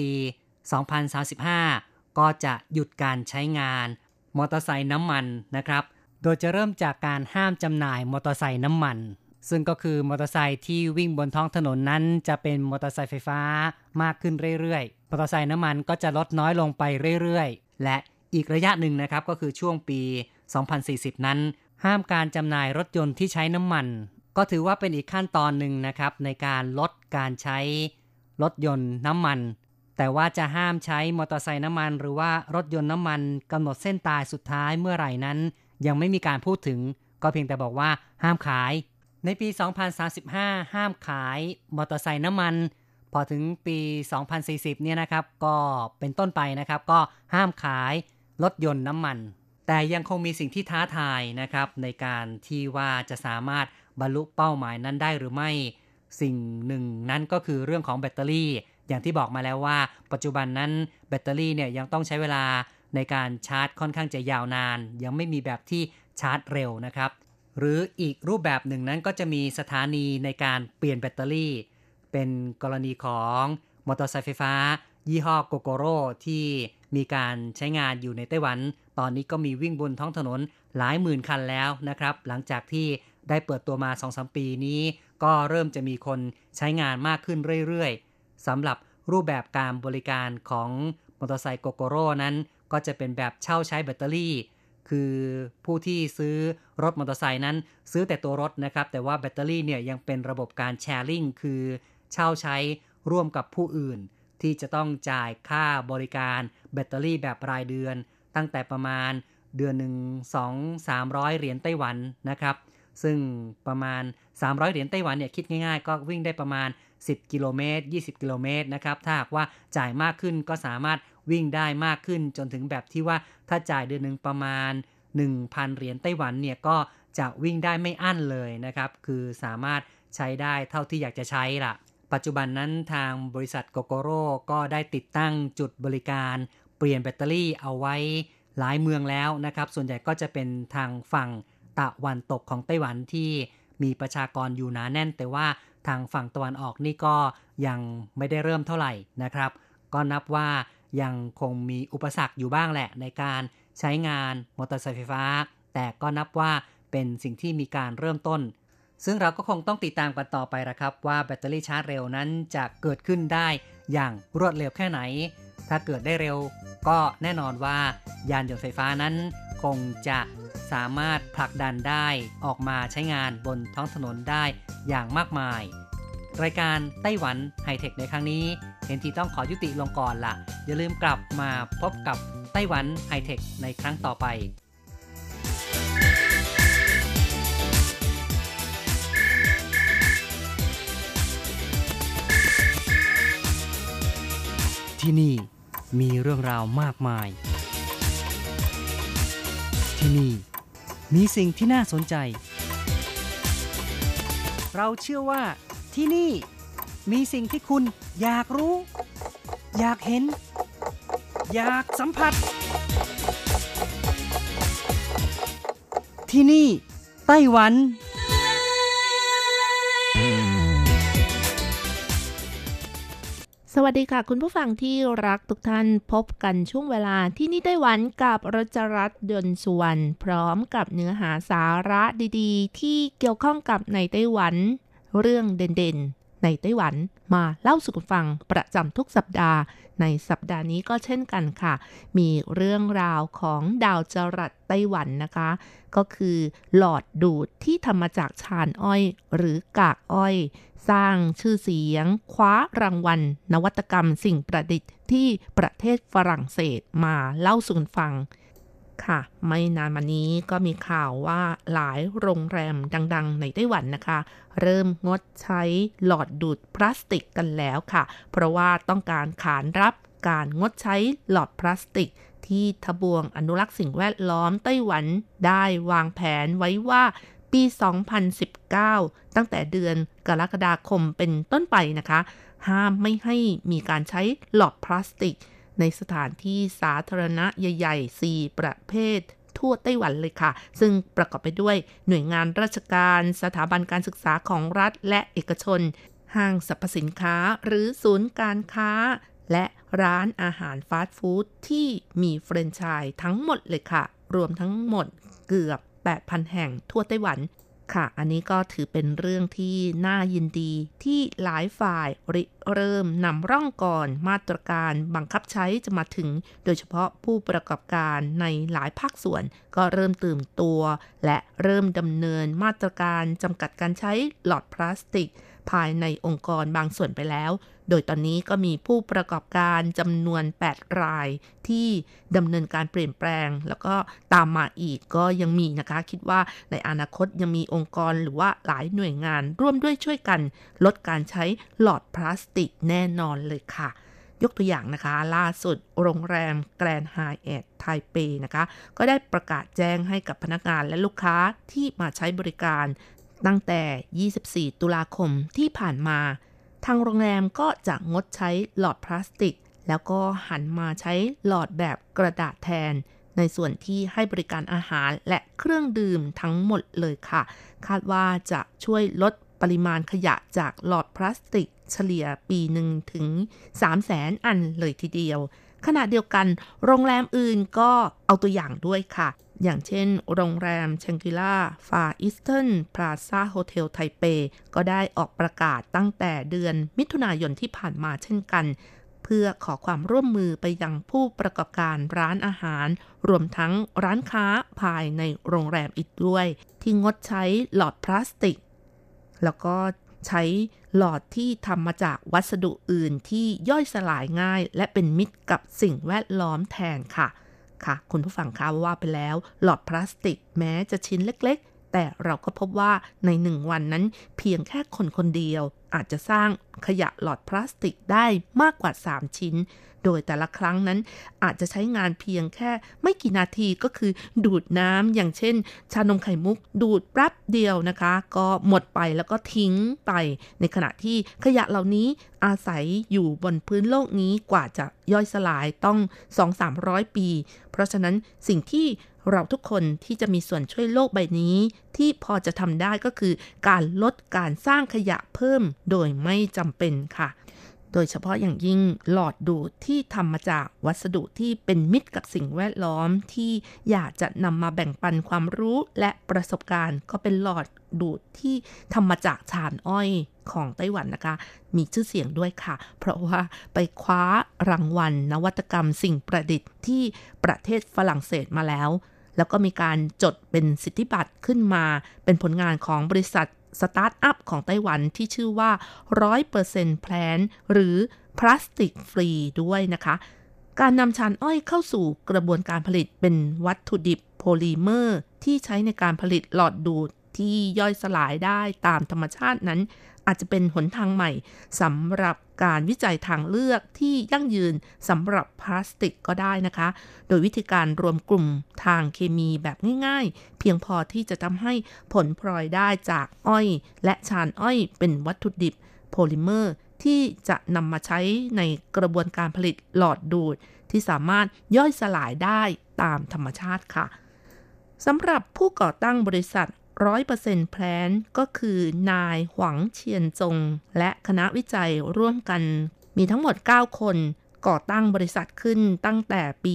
2035 ก็จะหยุดการใช้งานมอเตอร์ไซค์น้ำมันนะครับโดยจะเริ่มจากการห้ามจำหน่ายมอเตอร์ไซค์น้ำมันซึ่งก็คือมอเตอร์ไซค์ที่วิ่งบนท้องถนนนั้นจะเป็นมอเตอร์ไซค์ไฟฟ้ามากขึ้นเรื่อยๆมอเตอร์ไซค์น้ำมันก็จะลดน้อยลงไปเรื่อยๆและอีกระยะหนึ่งนะครับก็คือช่วงปี 2040 นั้นห้ามการจำหน่ายรถยนต์ที่ใช้น้ำมันก็ถือว่าเป็นอีกขั้นตอนหนึ่งนะครับในการลดการใช้รถยนต์น้ำมันแต่ว่าจะห้ามใช้มอเตอร์ไซค์น้ำมันหรือว่ารถยนต์น้ำมันกำหนดเส้นตายสุดท้ายเมื่อไหร่นั้นยังไม่มีการพูดถึงก็เพียงแต่บอกว่าห้ามขายในปี 2035 ห้ามขายมอเตอร์ไซค์น้ำมันพอถึงปี 2040 เนี่ยนะครับก็เป็นต้นไปนะครับก็ห้ามขายรถยนต์น้ำมันแต่ยังคงมีสิ่งที่ท้าทายนะครับในการที่ว่าจะสามารถบรรลุเป้าหมายนั้นได้หรือไม่สิ่งหนึ่งนั้นก็คือเรื่องของแบตเตอรี่อย่างที่บอกมาแล้วว่าปัจจุบันนั้นแบตเตอรี่เนี่ยยังต้องใช้เวลาในการชาร์จค่อนข้างจะยาวนานยังไม่มีแบบที่ชาร์จเร็วนะครับหรืออีกรูปแบบหนึ่งนั้นก็จะมีสถานีในการเปลี่ยนแบตเตอรี่เป็นกรณีของมอเตอร์ไซค์ไฟฟ้ายี่ห้อโกโกโร่ที่มีการใช้งานอยู่ในไต้หวันตอนนี้ก็มีวิ่งบนท้องถนนหลายหมื่นคันแล้วนะครับหลังจากที่ได้เปิดตัวมา 2-3 ปีนี้ก็เริ่มจะมีคนใช้งานมากขึ้นเรื่อยๆสำหรับรูปแบบการบริการของมอเตอร์ไซค์โกโกโร่นั้นก็จะเป็นแบบเช่าใช้แบตเตอรี่คือผู้ที่ซื้อรถมอเตอร์ไซค์นั้นซื้อแต่ตัวรถนะครับแต่ว่าแบตเตอรี่เนี่ยยังเป็นระบบการแชร์ลิงคือเช่าใช้ร่วมกับผู้อื่นที่จะต้องจ่ายค่าบริการแบตเตอรี่แบบรายเดือนตั้งแต่ประมาณเดือนหนึ่ง 2-300 เหรียญไต้หวันนะครับซึ่งประมาณ300เหรียญไต้หวันเนี่ยคิดง่ายๆก็วิ่งได้ประมาณ10กิโลเมตร20กิโลเมตรนะครับถ้าหากว่าจ่ายมากขึ้นก็สามารถวิ่งได้มากขึ้นจนถึงแบบที่ว่าถ้าจ่ายเดือนนึงประมาณ 1,000 เหรียญไต้หวันเนี่ยก็จะวิ่งได้ไม่อั้นเลยนะครับคือสามารถใช้ได้เท่าที่อยากจะใช้ล่ะปัจจุบันนั้นทางบริษัทโกโกโร่ก็ได้ติดตั้งจุดบริการเปลี่ยนแบตเตอรี่เอาไว้หลายเมืองแล้วนะครับส่วนใหญ่ก็จะเป็นทางฝั่งตะวันตกของไต้หวันที่มีประชากรอยู่หนาแน่นแต่ว่าทางฝั่งตะวันออกนี่ก็ยังไม่ได้เริ่มเท่าไหร่นะครับก็นับว่ายังคงมีอุปสรรคอยู่บ้างแหละในการใช้งานมอเตอร์ไซค์ไฟฟ้าแต่ก็นับว่าเป็นสิ่งที่มีการเริ่มต้นซึ่งเราก็คงต้องติดตามกันต่อไปนะครับว่าแบตเตอรี่ชาร์จเร็วนั้นจะเกิดขึ้นได้อย่างรวดเร็วแค่ไหนถ้าเกิดได้เร็วก็แน่นอนว่ายานยนต์ไฟฟ้านั้นคงจะสามารถผลักดันได้ออกมาใช้งานบนท้องถนนได้อย่างมากมายรายการไต้หวันไฮเทคในครั้งนี้เห็นทีต้องขอยุติลงก่อนล่ะอย่าลืมกลับมาพบกับไต้หวันไฮเทคในครั้งต่อไปที่นี่มีเรื่องราวมากมายที่นี่มีสิ่งที่น่าสนใจเราเชื่อว่าที่นี่มีสิ่งที่คุณอยากรู้อยากเห็นอยากสัมผัสที่นี่ไต้หวันสวัสดีค่ะคุณผู้ฟังที่รักทุกท่านพบกันช่วงเวลาที่นี่ไต้หวันกับรัชรัตน์ ยนต์สุวรรณพร้อมกับเนื้อหาสาระดีๆที่เกี่ยวข้องกับในไต้หวันเรื่องเด่นๆในไต้หวันมาเล่าสู่กันฟังประจำทุกสัปดาห์ในสัปดาห์นี้ก็เช่นกันค่ะมีเรื่องราวของดาวจรัสไต้หวันนะคะก็คือหลอดดูดที่ทำมาจากชานอ้อยหรือกากอ้อยสร้างชื่อเสียงคว้ารางวัลนวัตกรรมสิ่งประดิษฐ์ที่ประเทศฝรั่งเศสมาเล่าสู่กันฟังค่ะไม่นานมานี้ก็มีข่าวว่าหลายโรงแรมดังๆในไต้หวันนะคะเริ่มงดใช้หลอดดูดพลาสติกกันแล้วค่ะเพราะว่าต้องการขานรับการงดใช้หลอดพลาสติกที่ทบวงอนุรักษ์สิ่งแวดล้อมไต้หวันได้วางแผนไว้ว่าปี 2019 ตั้งแต่เดือนกรกฎาคมเป็นต้นไปนะคะห้ามไม่ให้มีการใช้หลอดพลาสติกในสถานที่สาธารณะใหญ่ๆ4ประเภททั่วไต้หวันเลยค่ะซึ่งประกอบไปด้วยหน่วยงานราชการสถาบันการศึกษาของรัฐและเอกชนห้างสรรพสินค้าหรือศูนย์การค้าและร้านอาหารฟาสต์ฟู้ดที่มีแฟรนไชส์ทั้งหมดเลยค่ะรวมทั้งหมดเกือบ 8,000 แห่งทั่วไต้หวันค่ะอันนี้ก็ถือเป็นเรื่องที่น่ายินดีที่หลายฝ่ายเริ่มนำร่องก่อนมาตรการบังคับใช้จะมาถึงโดยเฉพาะผู้ประกอบการในหลายภาคส่วนก็เริ่มตื่นตัวและเริ่มดำเนินมาตรการจำกัดการใช้หลอดพลาสติกภายในองค์กรบางส่วนไปแล้วโดยตอนนี้ก็มีผู้ประกอบการจำนวน8รายที่ดำเนินการเปลี่ยนแปลงแล้วก็ตามมาอีกก็ยังมีนะคะคิดว่าในอนาคตยังมีองค์กรหรือว่าหลายหน่วยงานร่วมด้วยช่วยกันลดการใช้หลอดพลาสติกแน่นอนเลยค่ะยกตัวอย่างนะคะล่าสุดโรงแรมแกรนด์ไฮแอทไทเปนะคะก็ได้ประกาศแจ้งให้กับพนักงานและลูกค้าที่มาใช้บริการตั้งแต่ 24 ตุลาคมที่ผ่านมาทางโรงแรมก็จะงดใช้หลอดพลาสติกแล้วก็หันมาใช้หลอดแบบกระดาษแทนในส่วนที่ให้บริการอาหารและเครื่องดื่มทั้งหมดเลยค่ะคาดว่าจะช่วยลดปริมาณขยะจากหลอดพลาสติกเฉลี่ยปีหนึ่งถึง 300,000 อันเลยทีเดียวขณะเดียวกันโรงแรมอื่นก็เอาตัวอย่างด้วยค่ะอย่างเช่นโรงแรม Shangri-La Far Eastern Plaza Hotel ไทเปก็ได้ออกประกาศตั้งแต่เดือนมิถุนายนที่ผ่านมาเช่นกันเพื่อขอความร่วมมือไปยังผู้ประกอบการร้านอาหารรวมทั้งร้านค้าภายในโรงแรมอีกด้วยที่งดใช้หลอดพลาสติกแล้วก็ใช้หลอดที่ทำมาจากวัสดุอื่นที่ย่อยสลายง่ายและเป็นมิตรกับสิ่งแวดล้อมแทนค่ะคุณผู้ฟังคะว่าไปแล้วหลอดพลาสติกแม้จะชิ้นเล็กๆแต่เราก็พบว่าใน1วันนั้นเพียงแค่คนเดียวอาจจะสร้างขยะหลอดพลาสติกได้มากกว่า3ชิ้นโดยแต่ละครั้งนั้นอาจจะใช้งานเพียงแค่ไม่กี่นาทีก็คือดูดน้ำอย่างเช่นชานมไข่มุกดูดแป๊บเดียวนะคะก็หมดไปแล้วก็ทิ้งไปในขณะที่ขยะเหล่านี้อาศัยอยู่บนพื้นโลกนี้กว่าจะย่อยสลายต้อง 200-300 ปีเพราะฉะนั้นสิ่งที่เราทุกคนที่จะมีส่วนช่วยโลกใบนี้ที่พอจะทำได้ก็คือการลดการสร้างขยะเพิ่มโดยไม่จำเป็นค่ะโดยเฉพาะอย่างยิ่งหลอดดูดที่ทำมาจากวัสดุที่เป็นมิตรกับสิ่งแวดล้อมที่อยากจะนำมาแบ่งปันความรู้และประสบการณ์ก็เป็นหลอดดูดที่ทำมาจากถ่านอ้อยของไต้หวันนะคะมีชื่อเสียงด้วยค่ะเพราะว่าไปคว้ารางวัลนวัตกรรมสิ่งประดิษฐ์ที่ประเทศฝรั่งเศสมาแล้วก็มีการจดเป็นสิทธิบัตรขึ้นมาเป็นผลงานของบริษัทสตาร์ทอัพของไต้หวันที่ชื่อว่า 100% Plant หรือพลาสติกฟรีด้วยนะคะการนำชานอ้อยเข้าสู่กระบวนการผลิตเป็นวัตถุดิบโพลิเมอร์ที่ใช้ในการผลิตหลอดดูดที่ย่อยสลายได้ตามธรรมชาตินั้นอาจจะเป็นหนทางใหม่สำหรับการวิจัยทางเลือกที่ยั่งยืนสำหรับพลาสติกก็ได้นะคะโดยวิธีการรวมกลุ่มทางเคมีแบบง่ายๆเพียงพอที่จะทำให้ผลพลอยได้จากอ้อยและชานอ้อยเป็นวัตถุดิบโพลิเมอร์ที่จะนำมาใช้ในกระบวนการผลิตหลอดดูดที่สามารถย่อยสลายได้ตามธรรมชาติค่ะสำหรับผู้ก่อตั้งบริษัท 100% แพลนก็คือนายหวังเชียนจงและคณะวิจัยร่วมกันมีทั้งหมด9คนก่อตั้งบริษัทขึ้นตั้งแต่ปี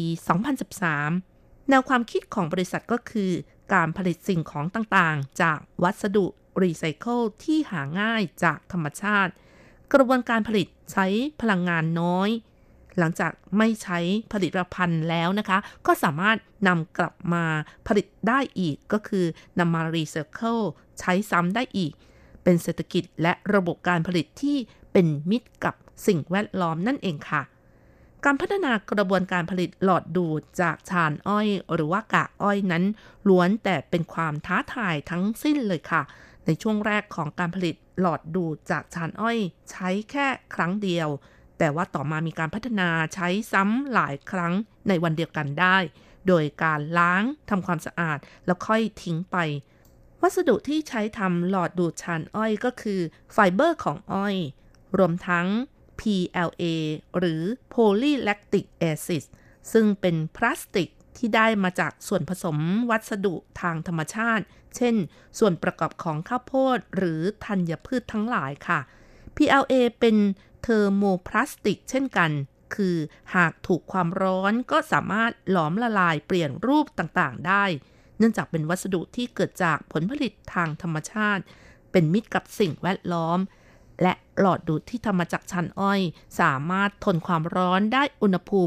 2013 แนวความคิดของบริษัทก็คือการผลิตสิ่งของต่างๆจากวัสดุรีไซเคิลที่หาง่ายจากธรรมชาติกระบวนการผลิตใช้พลังงานน้อยหลังจากไม่ใช้ผลิตภัณฑ์แล้วนะคะก็สามารถนำกลับมาผลิตได้อีกก็คือนำมารีไซเคิลใช้ซ้ำได้อีกเป็นเศรษฐกิจและระบบการผลิตที่เป็นมิตรกับสิ่งแวดล้อมนั่นเองค่ะการพัฒนากระบวนการผลิตหลอดดูดจากชานอ้อยหรือว่ากากอ้อยนั้นล้วนแต่เป็นความท้าทายทั้งสิ้นเลยค่ะในช่วงแรกของการผลิตหลอดดูดจากชานอ้อยใช้แค่ครั้งเดียวแต่ว่าต่อมามีการพัฒนาใช้ซ้ำหลายครั้งในวันเดียวกันได้โดยการล้างทำความสะอาดแล้วค่อยทิ้งไปวัสดุที่ใช้ทำหลอดดูดชานอ้อยก็คือไฟเบอร์ของอ้อยรวมทั้ง PLA หรือ Polylactic Acid ซึ่งเป็นพลาสติกที่ได้มาจากส่วนผสมวัสดุทางธรรมชาติเช่นส่วนประกอบของข้าวโพดหรือธัญพืชทั้งหลายค่ะ PLA เป็นเทอร์โมพลาสติกเช่นกันคือหากถูกความร้อนก็สามารถหลอมละลายเปลี่ยนรูปต่างๆได้เนื่องจากเป็นวัสดุที่เกิดจากผลผลิตทางธรรมชาติเป็นมิตรกับสิ่งแวดล้อมและหลอดดูดที่ทำมาจากชานอ้อยสามารถทนความร้อนได้อุณหภูมิ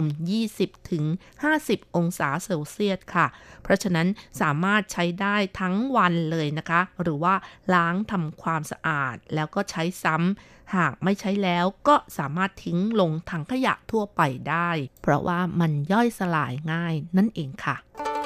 20-50 องศาเซลเซียสค่ะเพราะฉะนั้นสามารถใช้ได้ทั้งวันเลยนะคะหรือว่าล้างทำความสะอาดแล้วก็ใช้ซ้ำหากไม่ใช้แล้วก็สามารถทิ้งลงถังขยะทั่วไปได้เพราะว่ามันย่อยสลายง่ายนั่นเองค่ะ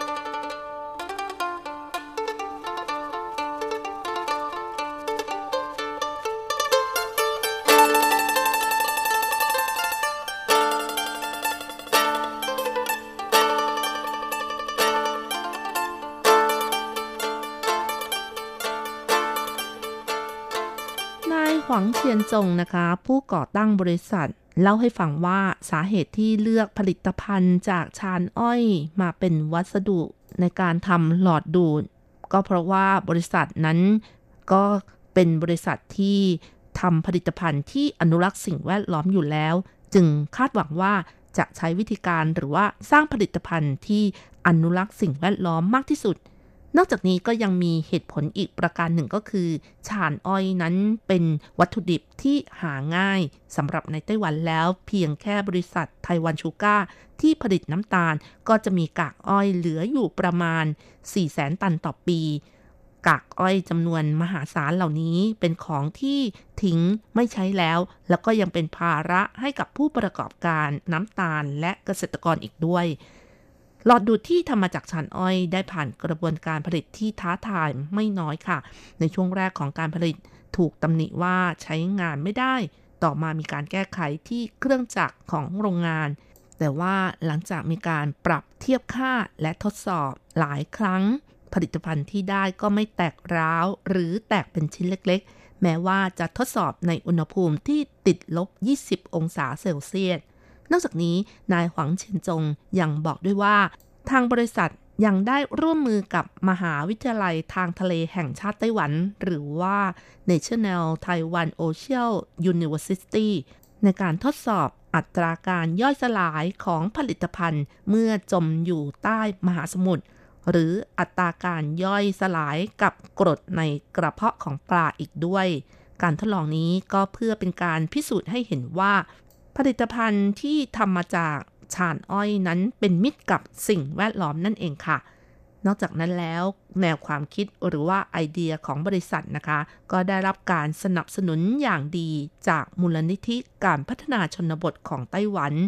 หวังเทียนจงนะคะผู้ก่อตั้งบริษัทเล่าให้ฟังว่าสาเหตุที่เลือกผลิตภัณฑ์จากชานอ้อยมาเป็นวัสดุในการทำหลอดดูดก็เพราะว่าบริษัทนั้นก็เป็นบริษัทที่ทำผลิตภัณฑ์ที่อนุรักษ์สิ่งแวดล้อมอยู่แล้วจึงคาดหวังว่าจะใช้วิธีการหรือว่าสร้างผลิตภัณฑ์ที่อนุรักษ์สิ่งแวดล้อมมากที่สุดนอกจากนี้ก็ยังมีเหตุผลอีกประการหนึ่งก็คือชานอ้อยนั้นเป็นวัตถุดิบที่หาง่ายสำหรับในไต้หวันแล้วเพียงแค่บริษัทไต้หวันชูการ์ที่ผลิตน้ำตาลก็จะมีกากอ้อยเหลืออยู่ประมาณ 400,000 ตันต่อปีกากอ้อยจำนวนมหาศาลเหล่านี้เป็นของที่ทิ้งไม่ใช้แล้วแล้วก็ยังเป็นภาระให้กับผู้ประกอบการน้ำตาลและเกษตรกรอีกด้วยหลอดดูดที่ทำมาจากชานอ้อยได้ผ่านกระบวนการผลิตที่ท้าทายไม่น้อยค่ะในช่วงแรกของการผลิตถูกตำหนิว่าใช้งานไม่ได้ต่อมามีการแก้ไขที่เครื่องจักรของโรงงานแต่ว่าหลังจากมีการปรับเทียบค่าและทดสอบหลายครั้งผลิตภัณฑ์ที่ได้ก็ไม่แตกร้าวหรือแตกเป็นชิ้นเล็กๆแม้ว่าจะทดสอบในอุณหภูมิที่ติดลบ 20 องศาเซลเซียสนอกจากนี้นายหวังเฉินจงยังบอกด้วยว่าทางบริษัทยังได้ร่วมมือกับมหาวิทยาลัยทางทะเลแห่งชาติไต้หวันหรือว่า National Taiwan Ocean University ในการทดสอบอัตราการย่อยสลายของผลิตภัณฑ์เมื่อจมอยู่ใต้มหาสมุทรหรืออัตราการย่อยสลายกับกรดในกระเพาะของปลาอีกด้วยการทดลองนี้ก็เพื่อเป็นการพิสูจน์ให้เห็นว่าผลิตภัณฑ์ที่ทำมาจากชานอ้อยนั้นเป็นมิตรกับสิ่งแวดล้อมนั่นเองค่ะนอกจากนั้นแล้วแนวความคิดหรือว่าไอเดียของบริษัทนะคะก็ได้รับการสนับสนุนอย่างดีจากมูลนิธิการพัฒนาชนบทของไต้หวัน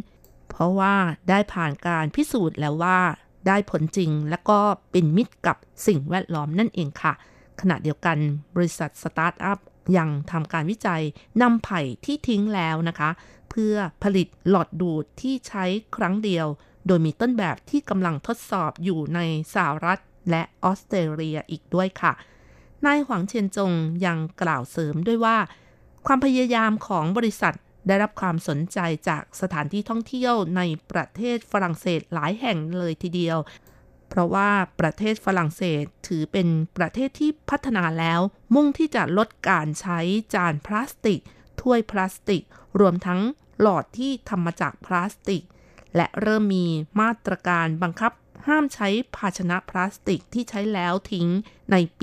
เพราะว่าได้ผ่านการพิสูจน์แล้วว่าได้ผลจริงและก็เป็นมิตรกับสิ่งแวดล้อมนั่นเองค่ะขณะเดียวกันบริษัทสตาร์ทอัพยังทำการวิจัยนำไผ่ที่ทิ้งแล้วนะคะเพื่อผลิตหลอดดูดที่ใช้ครั้งเดียวโดยมีต้นแบบที่กำลังทดสอบอยู่ในสหรัฐและออสเตรเลียอีกด้วยค่ะนายหวังเชียนจงยังกล่าวเสริมด้วยว่าความพยายามของบริษัทได้รับความสนใจจากสถานที่ท่องเที่ยวในประเทศฝรั่งเศสหลายแห่งเลยทีเดียวเพราะว่าประเทศฝรั่งเศสถือเป็นประเทศที่พัฒนาแล้วมุ่งที่จะลดการใช้จานพลาสติกถ้วยพลาสติกรวมทั้งหลอดที่ทำมาจากพลาสติกและเริ่มมีมาตรการบังคับห้ามใช้ภาชนะพลาสติกที่ใช้แล้วทิ้งในปี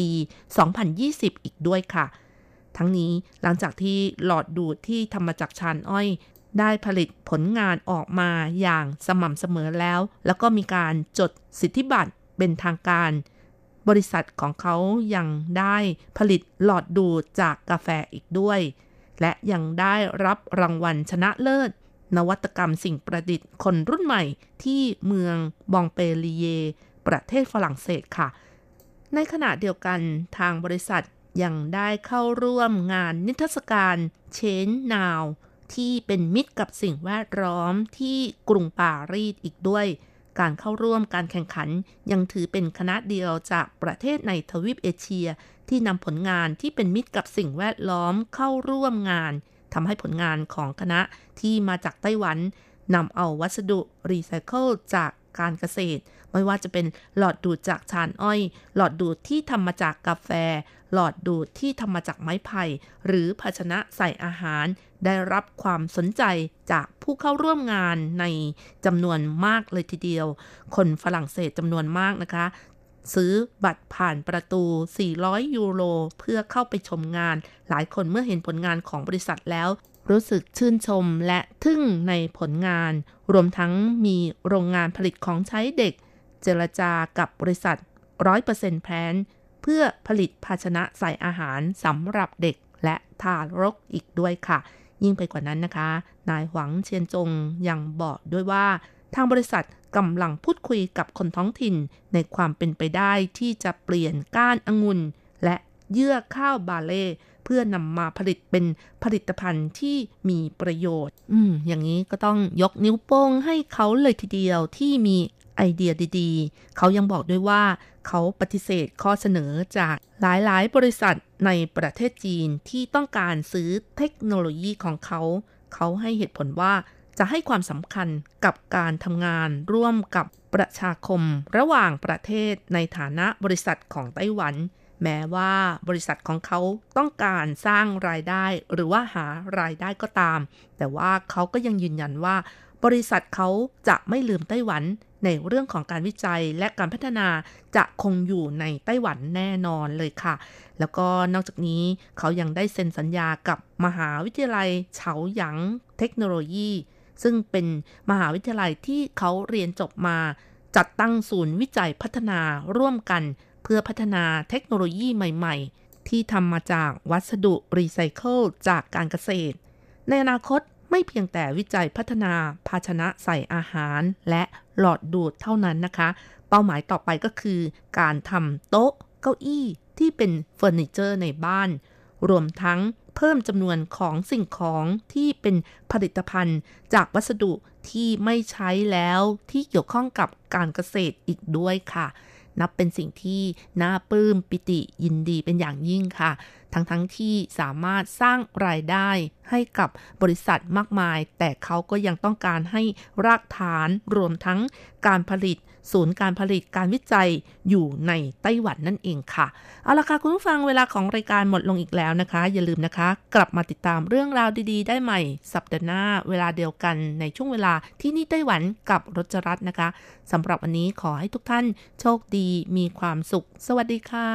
2020 อีกด้วยค่ะทั้งนี้หลังจากที่หลอดดูดที่ทำมาจากชานอ้อยได้ผลิตผลงานออกมาอย่างสม่ำเสมอแล้วก็มีการจดสิทธิบัตรเป็นทางการบริษัทของเขายังได้ผลิตหลอดดูดจากกาแฟอีกด้วยและยังได้รับรางวัลชนะเลิศนวัตกรรมสิ่งประดิษฐ์คนรุ่นใหม่ที่เมืองบองเปลีเยประเทศฝรั่งเศสค่ะในขณะเดียวกันทางบริษัทยังได้เข้าร่วมงานนิทรรศการ Change Now ที่เป็นมิตรกับสิ่งแวดล้อมที่กรุงปารีสอีกด้วยการเข้าร่วมการแข่งขันยังถือเป็นคณะเดียวจากประเทศในทวีปเอเชียที่นำผลงานที่เป็นมิตรกับสิ่งแวดล้อมเข้าร่วมงานทำให้ผลงานของคณะที่มาจากไต้หวันนำเอาวัสดุรีไซเคิลจากการเกษตรไม่ว่าจะเป็นหลอดดูดจากชานอ้อยหลอดดูดที่ทำมาจากกาแฟหลอดดูดที่ทำมาจากไม้ไผ่หรือภาชนะใส่อาหารได้รับความสนใจจากผู้เข้าร่วมงานในจำนวนมากเลยทีเดียวคนฝรั่งเศสจำนวนมากนะคะซื้อบัตรผ่านประตู400ยูโรเพื่อเข้าไปชมงานหลายคนเมื่อเห็นผลงานของบริษัทแล้วรู้สึกชื่นชมและทึ่งในผลงานรวมทั้งมีโรงงานผลิตของใช้เด็กเจรจากับบริษัท 100% แพลนเพื่อผลิตภาชนะใส่อาหารสำหรับเด็กและทารกอีกด้วยค่ะยิ่งไปกว่านั้นนะคะนายหวังเชียนจงยังบอกด้วยว่าทางบริษัทกำลังพูดคุยกับคนท้องถิ่นในความเป็นไปได้ที่จะเปลี่ยนก้านองุ่นและเยื่อข้าวบาเล่เพื่อนำมาผลิตเป็นผลิตภัณฑ์ที่มีประโยชน์อย่างนี้ก็ต้องยกนิ้วโป้งให้เขาเลยทีเดียวที่มีไอเดียดีๆเขายังบอกด้วยว่าเขาปฏิเสธข้อเสนอจากหลายๆบริษัทในประเทศจีนที่ต้องการซื้อเทคโนโลยีของเขาให้เหตุผลว่าจะให้ความสำคัญกับการทำงานร่วมกับประชาคมระหว่างประเทศในฐานะบริษัทของไต้หวันแม้ว่าบริษัทของเขาต้องการสร้างรายได้หรือว่าหารายได้ก็ตามแต่ว่าเขาก็ยังยืนยันว่าบริษัทเขาจะไม่ลืมไต้หวันในเรื่องของการวิจัยและการพัฒนาจะคงอยู่ในไต้หวันแน่นอนเลยค่ะแล้วก็นอกจากนี้เขายังได้เซ็นสัญญากับมหาวิทยาลัยเฉาหยางเทคโนโลยีซึ่งเป็นมหาวิทยาลัยที่เขาเรียนจบมาจัดตั้งศูนย์วิจัยพัฒนาร่วมกันเพื่อพัฒนาเทคโนโลยีใหม่ๆที่ทำมาจากวัสดุรีไซเคิลจากการเกษตรในอนาคตไม่เพียงแต่วิจัยพัฒนาภาชนะใส่อาหารและหลอดดูดเท่านั้นนะคะเป้าหมายต่อไปก็คือการทำโต๊ะเก้าอี้ที่เป็นเฟอร์นิเจอร์ในบ้านรวมทั้งเพิ่มจำนวนของสิ่งของที่เป็นผลิตภัณฑ์จากวัสดุที่ไม่ใช้แล้วที่เกี่ยวข้องกับการเกษตรอีกด้วยค่ะนับเป็นสิ่งที่น่าปลื้มปิติยินดีเป็นอย่างยิ่งค่ะทั้งที่สามารถสร้างรายได้ให้กับบริษัทมากมายแต่เขาก็ยังต้องการให้รากฐานรวมทั้งการผลิตศูนย์การผลิตการวิจัยอยู่ในไต้หวันนั่นเองค่ะเอาล่ะค่ะคุณผู้ฟังเวลาของรายการหมดลงอีกแล้วนะคะอย่าลืมนะคะกลับมาติดตามเรื่องราวดีๆได้ใหม่สัปดาห์หน้าเวลาเดียวกันในช่วงเวลาที่นี่ไต้หวันกับรจรัตน์นะคะสำหรับวันนี้ขอให้ทุกท่านโชคดีมีความสุขสวัสดีค่ะ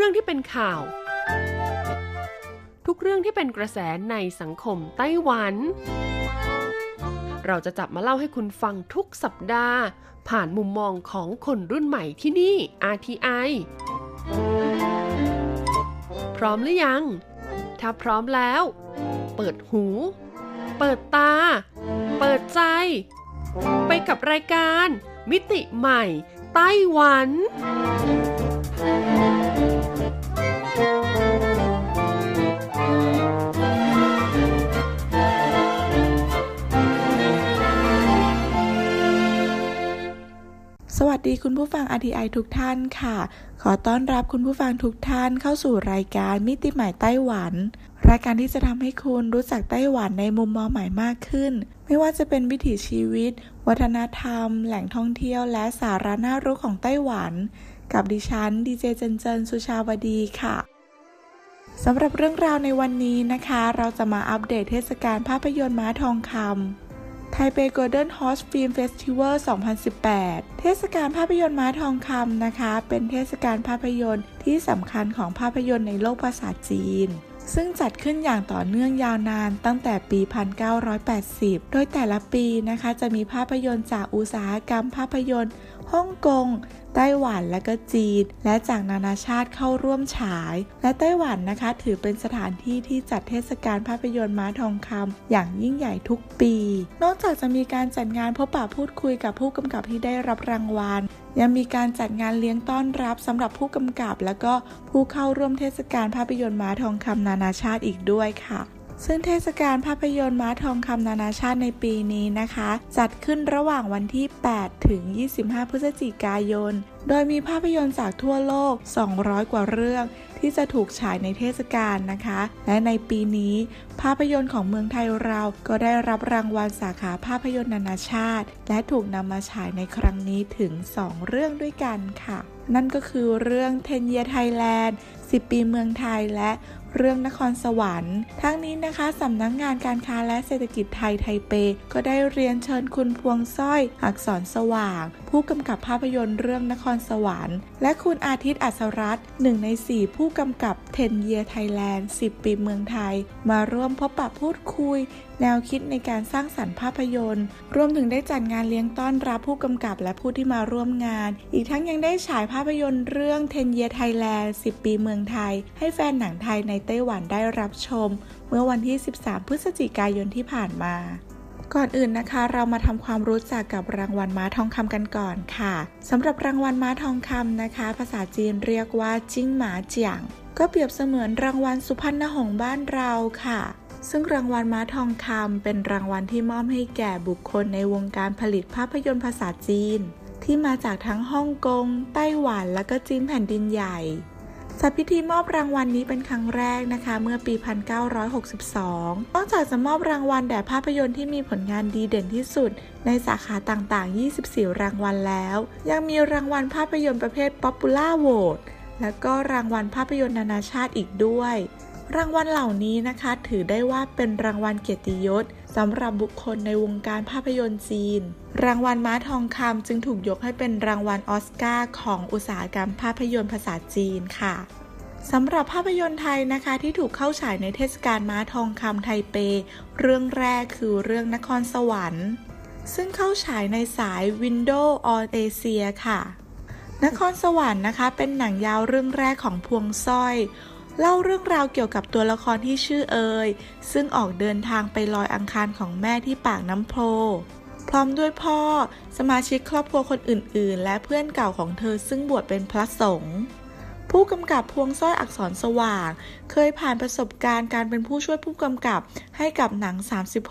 รื่องที่เป็นข่าวทุกเรื่องที่เป็นกระแสในสังคมไต้หวันเราจะจับมาเล่าให้คุณฟังทุกสัปดาห์ผ่านมุมมองของคนรุ่นใหม่ที่นี่ RTI พร้อมหรือยังถ้าพร้อมแล้วเปิดหูเปิดตาเปิดใจไปกับรายการมิติใหม่ไต้หวันสวัสดีคุณผู้ฟัง RTI ทุกท่านค่ะขอต้อนรับคุณผู้ฟังทุกท่านเข้าสู่รายการมิติใหม่ไต้หวันรายการที่จะทำให้คุณรู้จักไต้หวันในมุมมองใหม่มากขึ้นไม่ว่าจะเป็นวิถีชีวิตวัฒนธรรมแหล่งท่องเที่ยวและสาระน่ารู้ของไต้หวันกับดิฉันดีเจเจนสุชาวดีค่ะสำหรับเรื่องราวในวันนี้นะคะเราจะมาอัปเดตเทศกาลภาพยนตร์ม้าทองคำไทเป Golden Horse Film Festival 2018 เทศกาลภาพยนตร์ม้าทองคำนะคะเป็นเทศกาลภาพยนตร์ที่สำคัญของภาพยนตร์ในโลกภาษาจีนซึ่งจัดขึ้นอย่างต่อเนื่องยาวนานตั้งแต่ปี 1980 โดยแต่ละปีนะคะจะมีภาพยนตร์จากอุตสาหกรรมภาพยนตร์ฮ่องกงไต้หวันและก็จีนและจากนานาชาติเข้าร่วมฉายและไต้หวันนะคะถือเป็นสถานที่ที่จัดเทศกาลภาพยนตร์ม้าทองคำอย่างยิ่งใหญ่ทุกปีนอกจากจะมีการจัดงานพบปะพูดคุยกับผู้กำกับที่ได้รับรางวัลยังมีการจัดงานเลี้ยงต้อนรับสำหรับผู้กำกับและก็ผู้เข้าร่วมเทศกาลภาพยนตร์ม้าทองคำนานาชาติอีกด้วยค่ะซึ่งเทศกาลภาพยนตร์ม้าทองคำนานาชาติในปีนี้นะคะจัดขึ้นระหว่างวันที่ 8 ถึง 25 พฤศจิกายนโดยมีภาพยนตร์จากทั่วโลก 200 กว่าเรื่องที่จะถูกฉายในเทศกาลนะคะและในปีนี้ภาพยนตร์ของเมืองไทยเราก็ได้รับรางวัลสาขาภาพยนตร์นานาชาติและถูกนำมาฉายในครั้งนี้ถึง 2 เรื่องด้วยกันค่ะนั่นก็คือเรื่อง10 Year Thailand 10 ปีเมืองไทยและเรื่องนครสวรรค์ทั้งนี้นะคะสำนักงานการค้าและเศรษฐกิจไทยไทเปก็ได้เรียนเชิญคุณพวงสร้อยอักษรสว่างผู้กำกับภาพยนตร์เรื่องนครสวรรค์และคุณอาทิตย์อัศรัตน์1 ใน 4ผู้กำกับ10 Year Thailand 10 ปีเมืองไทยมาร่วมพบปะพูดคุยแนวคิดในการสร้างสรรค์ภาพยนตร์รวมถึงได้จัดงานเลี้ยงต้อนรับผู้กำกับและผู้ที่มาร่วมงานอีกทั้งยังได้ฉายภาพยนตร์เรื่อง10 Year Thailand 10 ปีเมืองไทยให้แฟนหนังไทยในไต้หวันได้รับชมเมื่อวันที่ 13 พฤศจิกายนที่ผ่านมาก่อนอื่นนะคะเรามาทำความรู้จักกับรางวัลม้าทองคำกันก่อนค่ะสำหรับรางวัลม้าทองคำนะคะภาษาจีนเรียกว่าจิ้งหมาเจียงก็เปรียบเสมือนรางวัลสุพรรณหงส์บ้านเราค่ะซึ่งรางวัลม้าทองคำเป็นรางวัลที่มอบให้แก่บุคคลในวงการผลิตภาพยนตร์ภาษาจีนที่มาจากทั้งฮ่องกงไต้หวันและก็จีนแผ่นดินใหญ่จัดพิธีมอบรางวัลนี้เป็นครั้งแรกนะคะเมื่อปี 1962 นอกจากจะมอบรางวัลแด่ภาพยนตร์ที่มีผลงานดีเด่นที่สุดในสาขาต่างๆ 24 รางวัลแล้วยังมีรางวัลภาพยนตร์ประเภท Popular Vote และก็รางวัลภาพยนตร์นานาชาติอีกด้วยรางวัลเหล่านี้นะคะถือได้ว่าเป็นรางวัลเกียรติยศสำหรับบุคคลในวงการภาพยนตร์จีนรางวัลม้าทองคำจึงถูกยกให้เป็นรางวัลออสการ์ของอุตสาหกรรมภาพยนตร์ภาษาจีนค่ะสำหรับภาพยนตร์ไทยนะคะที่ถูกเข้าฉายในเทศกาลม้าทองคำไทเปเรื่องแรกคือเรื่องนครสวรรค์ซึ่งเข้าฉายในสาย Window on Asia ค่ะนครสวรรค์นะคะเป็นหนังยาวเรื่องแรกของพวงสร้อยเล่าเรื่องราวเกี่ยวกับตัวละครที่ชื่อเอยซึ่งออกเดินทางไปลอยอังคารของแม่ที่ปากน้ำโพพร้อมด้วยพ่อสมาชิกครอบครัวคนอื่นๆและเพื่อนเก่าของเธอซึ่งบวชเป็นพระสงฆ์ผู้กำกับพวงสร้อยอักษรสว่างเคยผ่านประสบการณ์การเป็นผู้ช่วยผู้กำกับให้กับหนัง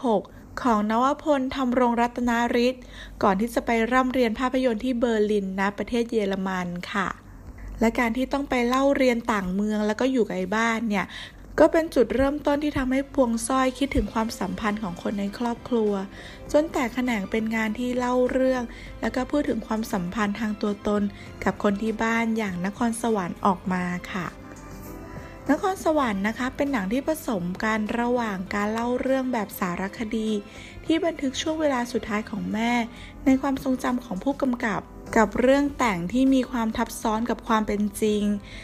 36ของนวพลธำรงรัตนาฤทธิ์ก่อนที่จะไปร่ำเรียนภาพยนตร์ที่เบอร์ลินณประเทศเยอรมันค่ะและการที่ต้องไปเล่าเรียนต่างเมืองแล้วก็อยู่ไกลบ้านเนี่ยก็เป็นจุดเริ่มต้นที่ทำให้พวงสร้อยคิดถึงความสัมพันธ์ของคนในครอบครัวจนแตกแขนงเป็นงานที่เล่าเรื่องแล้วก็พูดถึงความสัมพันธ์ทางตัวตนกับคนที่บ้านอย่างนครสวรรค์ออกมาค่ะนครสวรรค์นะคะเป็นหนังที่ผสมกันระหว่างการเล่าเรื่องแบบสารคดีที่บันทึกช่วงเวลาสุดท้ายของแม่ในความทรงจำของผู้กำกับเรื่องแต่งที่มีความทับซ้อนกับความเป็นจริง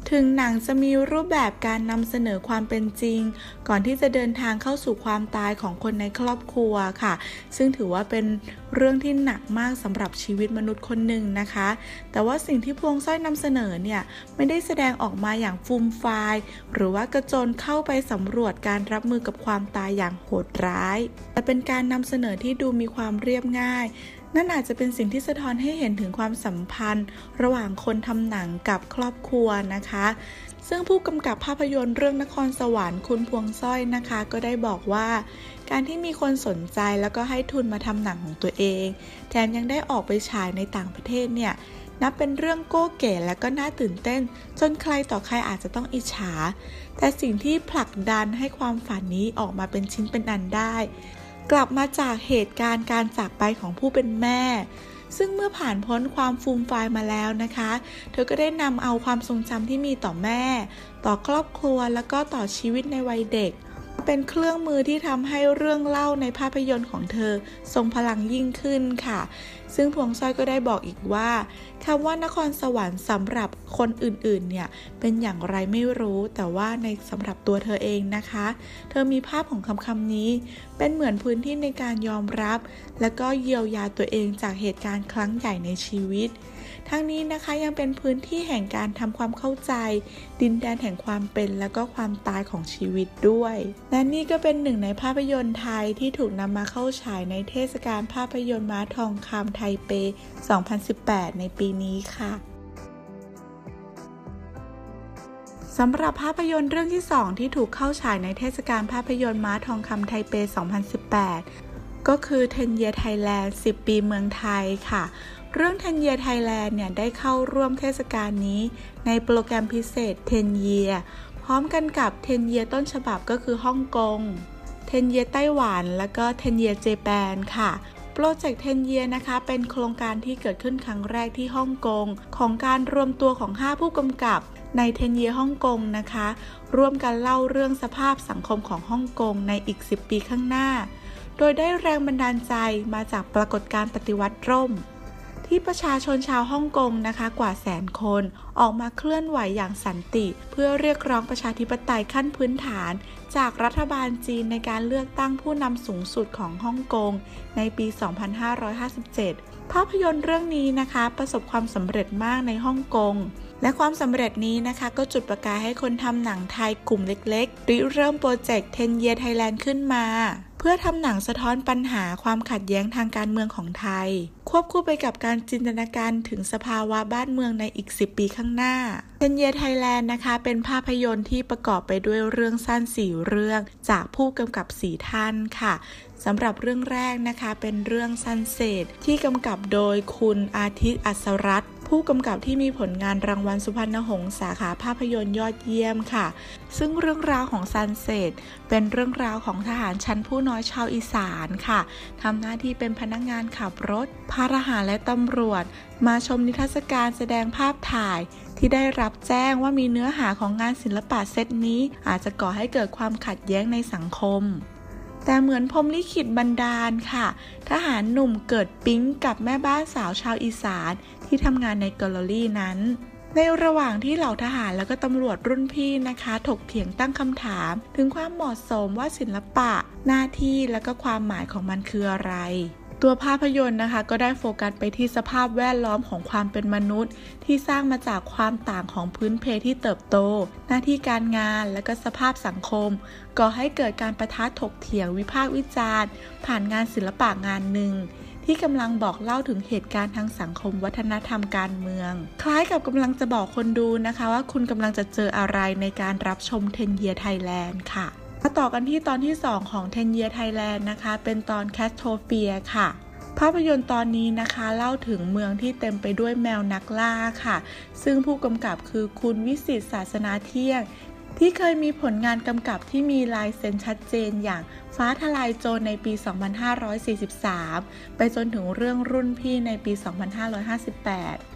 ถึงหนังจะมีรูปแบบการนำเสนอความเป็นจริงก่อนที่จะเดินทางเข้าสู่ความตายของคนในครอบครัวค่ะซึ่งถือว่าเป็นเรื่องที่หนักมากสำหรับชีวิตมนุษย์คนหนึ่งนะคะแต่ว่าสิ่งที่พวงสร้อยนำเสนอเนี่ยไม่ได้แสดงออกมาอย่างฟูมฟายหรือว่ากระโจนเข้าไปสำรวจการรับมือกับความตายอย่างโหดร้ายแต่เป็นการนำเสนอที่ดูมีความเรียบง่ายนั่นอาจจะเป็นสิ่งที่สะท้อนให้เห็นถึงความสัมพันธ์ระหว่างคนทำหนังกับครอบครัวนะคะซึ่งผู้กำกับภาพยนตร์เรื่องนครสวรรค์คุณพวงสร้อยนะคะก็ได้บอกว่าการที่มีคนสนใจแล้วก็ให้ทุนมาทำหนังของตัวเองแถมยังได้ออกไปฉายในต่างประเทศเนี่ยนับเป็นเรื่องโก้เก๋และก็น่าตื่นเต้นจนใครต่อใครอาจจะต้องอิจฉาแต่สิ่งที่ผลักดันให้ความฝันนี้ออกมาเป็นชิ้นเป็นอันได้กลับมาจากเหตุการณ์การจากไปของผู้เป็นแม่ซึ่งเมื่อผ่านพ้นความฟูมฟายมาแล้วนะคะเธอก็ได้นำเอาความทรงจำที่มีต่อแม่ต่อครอบครัวแล้วก็ต่อชีวิตในวัยเด็กเป็นเครื่องมือที่ทำให้เรื่องเล่าในภาพยนตร์ของเธอทรงพลังยิ่งขึ้นค่ะซึ่งพวงสร้อยก็ได้บอกอีกว่าคำว่านครสวรรค์สำหรับคนอื่นๆเนี่ยเป็นอย่างไรไม่รู้แต่ว่าในสำหรับตัวเธอเองนะคะเธอมีภาพของคำนี้เป็นเหมือนพื้นที่ในการยอมรับและก็เยียวยาตัวเองจากเหตุการณ์ครั้งใหญ่ในชีวิตทั้งนี้นะคะยังเป็นพื้นที่แห่งการทำความเข้าใจดินแดนแห่งความเป็นและก็ความตายของชีวิตด้วยและนี่ก็เป็นหนึ่งในภาพยนตร์ไทยที่ถูกนำมาเข้าฉายในเทศกาลภาพยนตร์ม้าทองคำไทเป 2018 ในปีนี้ค่ะสำหรับภาพยนตร์เรื่องที่ 2 ที่ถูกเข้าฉายในเทศกาลภาพยนตร์ม้าทองคำไทเป 2018 ก็คือ 10 Year Thailand 10 ปีเมืองไทยค่ะเรื่อง 10 Year Thailand เนี่ยได้เข้าร่วมเทศกาลนี้ในโปรแกรมพิเศษ 10 Year พร้อมกันกับ 10 Year ต้นฉบับก็คือฮ่องกง 10 Year ไต้หวันแล้วก็ 10 Year เจแปนค่ะโปรเจกต์ 10 Year นะคะเป็นโครงการที่เกิดขึ้นครั้งแรกที่ฮ่องกงของการรวมตัวของ5ผู้กำกับใน10 Year ฮ่องกงนะคะร่วมกันเล่าเรื่องสภาพสังคมของฮ่องกงในอีก10ปีข้างหน้าโดยได้แรงบันดาลใจมาจากปรากฏการณ์ปฏิวัติร่มที่ประชาชนชาวฮ่องกงนะคะกว่า100,000 คนออกมาเคลื่อนไหวอย่างสันติเพื่อเรียกร้องประชาธิปไตยขั้นพื้นฐานจากรัฐบาลจีนในการเลือกตั้งผู้นำสูงสุดของฮ่องกงในปี 2557 ภาพยนตร์เรื่องนี้นะคะประสบความสำเร็จมากในฮ่องกงและความสำเร็จนี้นะคะก็จุดประกายให้คนทำหนังไทยกลุ่มเล็กๆริเริ่มโปรเจกต์ 10 Year Thailand ขึ้นมาเพื่อทำหนังสะท้อนปัญหาความขัดแย้งทางการเมืองของไทยควบคู่ไปกับการจินตนาการถึงสภาวะบ้านเมืองในอีก10 ปีข้างหน้า 10 Year Thailand นะคะเป็นภาพยนตร์ที่ประกอบไปด้วยเรื่องสั้น4เรื่องจากผู้กำกับ4ท่านค่ะสำหรับเรื่องแรกนะคะเป็นเรื่องซันเซ็ตที่กำกับโดยคุณอาทิตย์อัศรัตน์ผู้กำกับที่มีผลงานรางวัลสุพรรณหงส์สาขาภาพยนตร์ยอดเยี่ยมค่ะซึ่งเรื่องราวของซันเซ็ตเป็นเรื่องราวของทหารชั้นผู้น้อยชาวอีสานค่ะทำหน้าที่เป็นพนักงานขับรถพาทหารและตำรวจมาชมนิทรรศการแสดงภาพถ่ายที่ได้รับแจ้งว่ามีเนื้อหาของงานศิลปะเซตนี้อาจจะก่อให้เกิดความขัดแย้งในสังคมแต่เหมือนพรหมลิขิตบันดาลค่ะทหารหนุ่มเกิดปิ๊งกับแม่บ้านสาวชาวอีสานที่ทำงานในแกลเลอรี่นั้นในระหว่างที่เหล่าทหารแล้วก็ตำรวจรุ่นพี่นะคะถกเถียงตั้งคำถามถึงความเหมาะสมว่าศิลปะหน้าที่และก็ความหมายของมันคืออะไรตัวภาพยนตร์นะคะก็ได้โฟกัสไปที่สภาพแวดล้อมของความเป็นมนุษย์ที่สร้างมาจากความต่างของพื้นเพที่เติบโตหน้าที่การงานและก็สภาพสังคมก่อให้เกิดการปะทะถกเถียงวิพากษ์วิจารณ์ผ่านงานศิลปะงานหนึ่งที่กำลังบอกเล่าถึงเหตุการณ์ทางสังคมวัฒนธรรมการเมืองคล้ายกับกำลังจะบอกคนดูนะคะว่าคุณกำลังจะเจออะไรในการรับชม 10 Year Thailand ค่ะมาต่อกันที่ตอนที่2ของ 10 Year Thailand นะคะเป็นตอน Catastrophe ค่ะภาพยนตร์ตอนนี้นะคะเล่าถึงเมืองที่เต็มไปด้วยแมวนักล่าค่ะซึ่งผู้กำกับคือคุณวิสิตศาสนาเที่ยงที่เคยมีผลงานกำกับที่มีลายเซ็นชัดเจนอย่างฟ้าทลายโจรในปี 2543 ไปจนถึงเรื่องรุ่นพี่ในปี 2558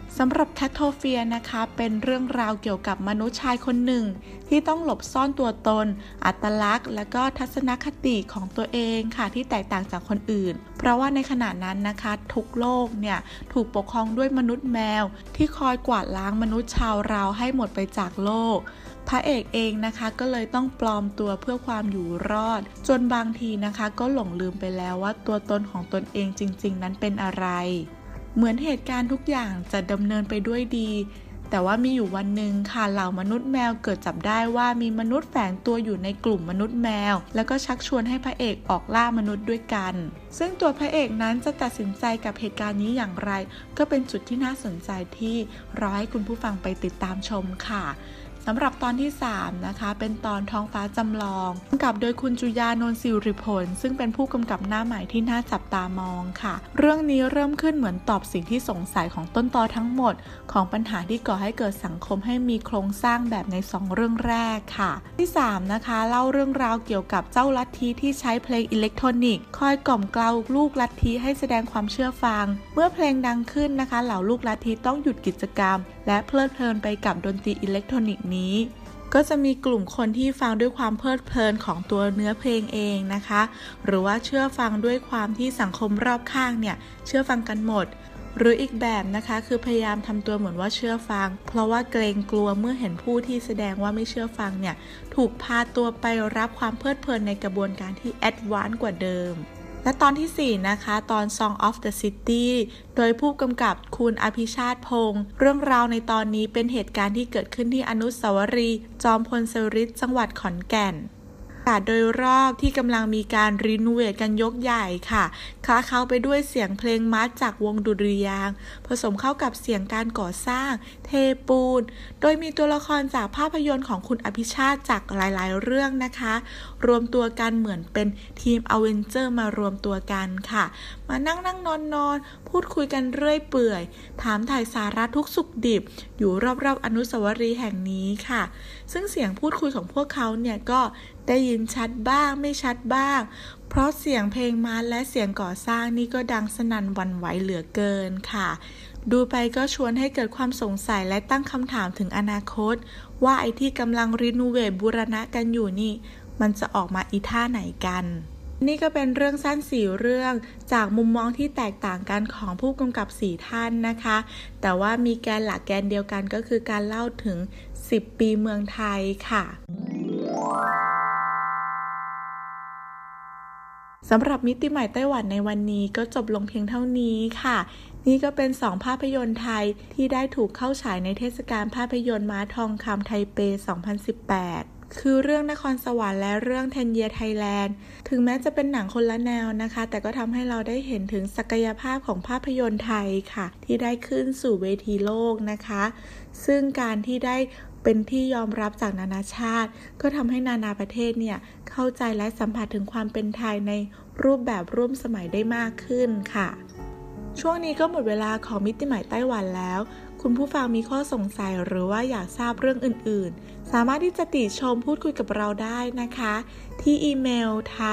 สำหรับแคทโทเฟียนะคะเป็นเรื่องราวเกี่ยวกับมนุษย์ชายคนหนึ่งที่ต้องหลบซ่อนตัวตนอัตลักษณ์และก็ทัศนคติของตัวเองค่ะที่แตกต่างจากคนอื่นเพราะว่าในขณะนั้นนะคะทุกโลกเนี่ยถูกปกครองด้วยมนุษย์แมวที่คอยกวาดล้างมนุษย์ชาวเราให้หมดไปจากโลกพระเอกเองนะคะก็เลยต้องปลอมตัวเพื่อความอยู่รอดจนบางทีนะคะก็หลงลืมไปแล้วว่าตัวตนของตนเองจริงๆนั้นเป็นอะไรเหมือนเหตุการณ์ทุกอย่างจะดำเนินไปด้วยดีแต่ว่ามีอยู่วันหนึ่งค่ะเหล่ามนุษย์แมวเกิดจับได้ว่ามีมนุษย์แฝงตัวอยู่ในกลุ่มมนุษย์แมวแล้วก็ชักชวนให้พระเอกออกล่ามนุษย์ด้วยกันซึ่งตัวพระเอกนั้นจะตัดสินใจกับเหตุการณ์นี้อย่างไรก็เป็นจุดที่น่าสนใจที่รอให้คุณผู้ฟังไปติดตามชมค่ะสำหรับตอนที่3นะคะเป็นตอนท้องฟ้าจำลองกำกับโดยคุณจุยานนท์ศิริผลซึ่งเป็นผู้กำกับหน้าใหม่ที่น่าจับตามองค่ะเรื่องนี้เริ่มขึ้นเหมือนตอบสิ่งที่สงสัยของต้นตอทั้งหมดของปัญหาที่ก่อให้เกิดสังคมให้มีโครงสร้างแบบใน2เรื่องแรกค่ะที่3นะคะเล่าเรื่องราวเกี่ยวกับเจ้าลัทธิที่ใช้เพลงอิเล็กทรอนิกส์คอยกล่อมเกลาลูกลัทธิให้แสดงความเชื่อฟังเมื่อเพลงดังขึ้นนะคะเหล่าลูกลัทธิต้องหยุดกิจกรรมและเพลิดเพลินไปกับดนตรีอิเล็กทรอนิกส์นี้ก็จะมีกลุ่มคนที่ฟังด้วยความเพลิดเพลินของตัวเนื้อเพลงเองนะคะหรือว่าเชื่อฟังด้วยความที่สังคมรอบข้างเนี่ยเชื่อฟังกันหมดหรืออีกแบบนะคะคือพยายามทำตัวเหมือนว่าเชื่อฟังเพราะว่าเกรงกลัวเมื่อเห็นผู้ที่แสดงว่าไม่เชื่อฟังเนี่ยถูกพาตัวไปรับความเพลิดเพลินในกระบวนการที่แอดวานซ์กว่าเดิมและตอนที่4นะคะตอน Song of the City โดยผู้กำกับคุณอภิชาติพงษ์เรื่องราวในตอนนี้เป็นเหตุการณ์ที่เกิดขึ้นที่อนุสาวรีย์จอมพลสฤษดิ์จังหวัดขอนแก่นโดยรอบที่กำลังมีการรีโนเวทกันยกใหญ่ค่ะคล้าเคล้าไปด้วยเสียงเพลงมาร์ชจากวงดุริยางค์ผสมเข้ากับเสียงการก่อสร้างเทปูนโดยมีตัวละครจากภาพยนตร์ของคุณอภิชาติจากหลายๆเรื่องนะคะรวมตัวกันเหมือนเป็นทีมอเวนเจอร์มารวมตัวกันค่ะมานั่งนอนพูดคุยกันเรื่อยเปื่อยถามถ่ายสาระทุกสุขดิบอยู่รอบๆอนุสาวรีย์แห่งนี้ค่ะซึ่งเสียงพูดคุยของพวกเขาเนี่ยก็ได้ยินชัดบ้างไม่ชัดบ้างเพราะเสียงเพลงมาและเสียงก่อสร้างนี่ก็ดังสนั่นหวั่นไหวเหลือเกินค่ะดูไปก็ชวนให้เกิดความสงสัยและตั้งคำถามถึงอนาคตว่าไอ้ที่กำลังรีโนเวทบูรณะกันอยู่นี่มันจะออกมาอีท่าไหนกันนี่ก็เป็นเรื่องสั้น4เรื่องจากมุมมองที่แตกต่างกันของผู้กำกับ4ท่านนะคะแต่ว่ามีแกนหลักแกนเดียวกันก็คือการเล่าถึง10ปีเมืองไทยค่ะสำหรับมิติใหม่ไต้หวันในวันนี้ก็จบลงเพียงเท่านี้ค่ะนี่ก็เป็น2ภาพยนตร์ไทยที่ได้ถูกเข้าฉายในเทศกาลภาพยนตร์ม้าทองคำไทเป 2018 คือเรื่องนครสวรรค์และเรื่อง10 Year Thailand ถึงแม้จะเป็นหนังคนละแนวนะคะแต่ก็ทำให้เราได้เห็นถึงศักยภาพของภาพยนตร์ไทยค่ะที่ได้ขึ้นสู่เวทีโลกนะคะซึ่งการที่ได้เป็นที่ยอมรับจากนานาชาติก็ทำให้นานาประเทศเนี่ยเข้าใจและสัมผัสถึงความเป็นไทยในรูปแบบร่วมสมัยได้มากขึ้นค่ะช่วงนี้ก็หมดเวลาของมิติใหม่ไต้หวันแล้วคุณผู้ฟังมีข้อสงสัยหรือว่าอยากทราบเรื่องอื่นๆสามารถที่จะติชมพูดคุยกับเราได้นะคะที่อีเมล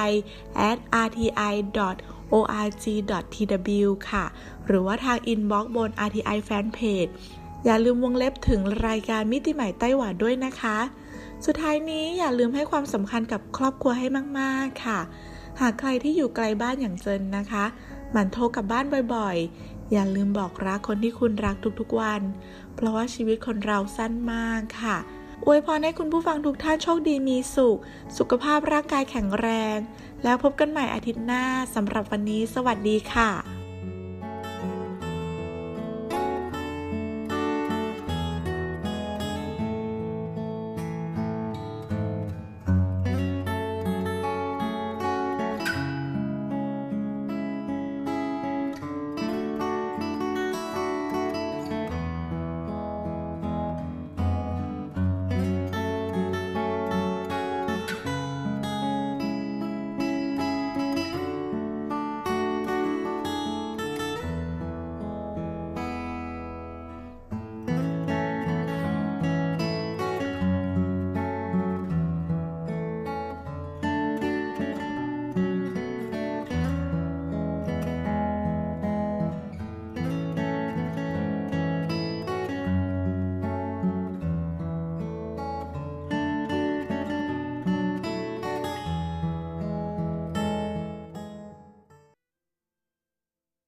thai@rti.org.tw ค่ะหรือว่าทางอินบ็อกซ์บน RTI Fanpageอย่าลืมวงเล็บถึงรายการมิติใหม่ไต้หวันด้วยนะคะสุดท้ายนี้อย่าลืมให้ความสำคัญกับครอบครัวให้มากๆค่ะหากใครที่อยู่ไกลบ้านอย่างเจนนะคะหมั่นโทรกลับบ้านบ่อยๆอย่าลืมบอกรักคนที่คุณรักทุกๆวันเพราะว่าชีวิตคนเราสั้นมากค่ะอวยพรให้คุณผู้ฟังทุกท่านโชคดีมีสุขภาพร่างกายแข็งแรงแล้วพบกันใหม่อาทิตย์หน้าสำหรับวันนี้สวัสดีค่ะ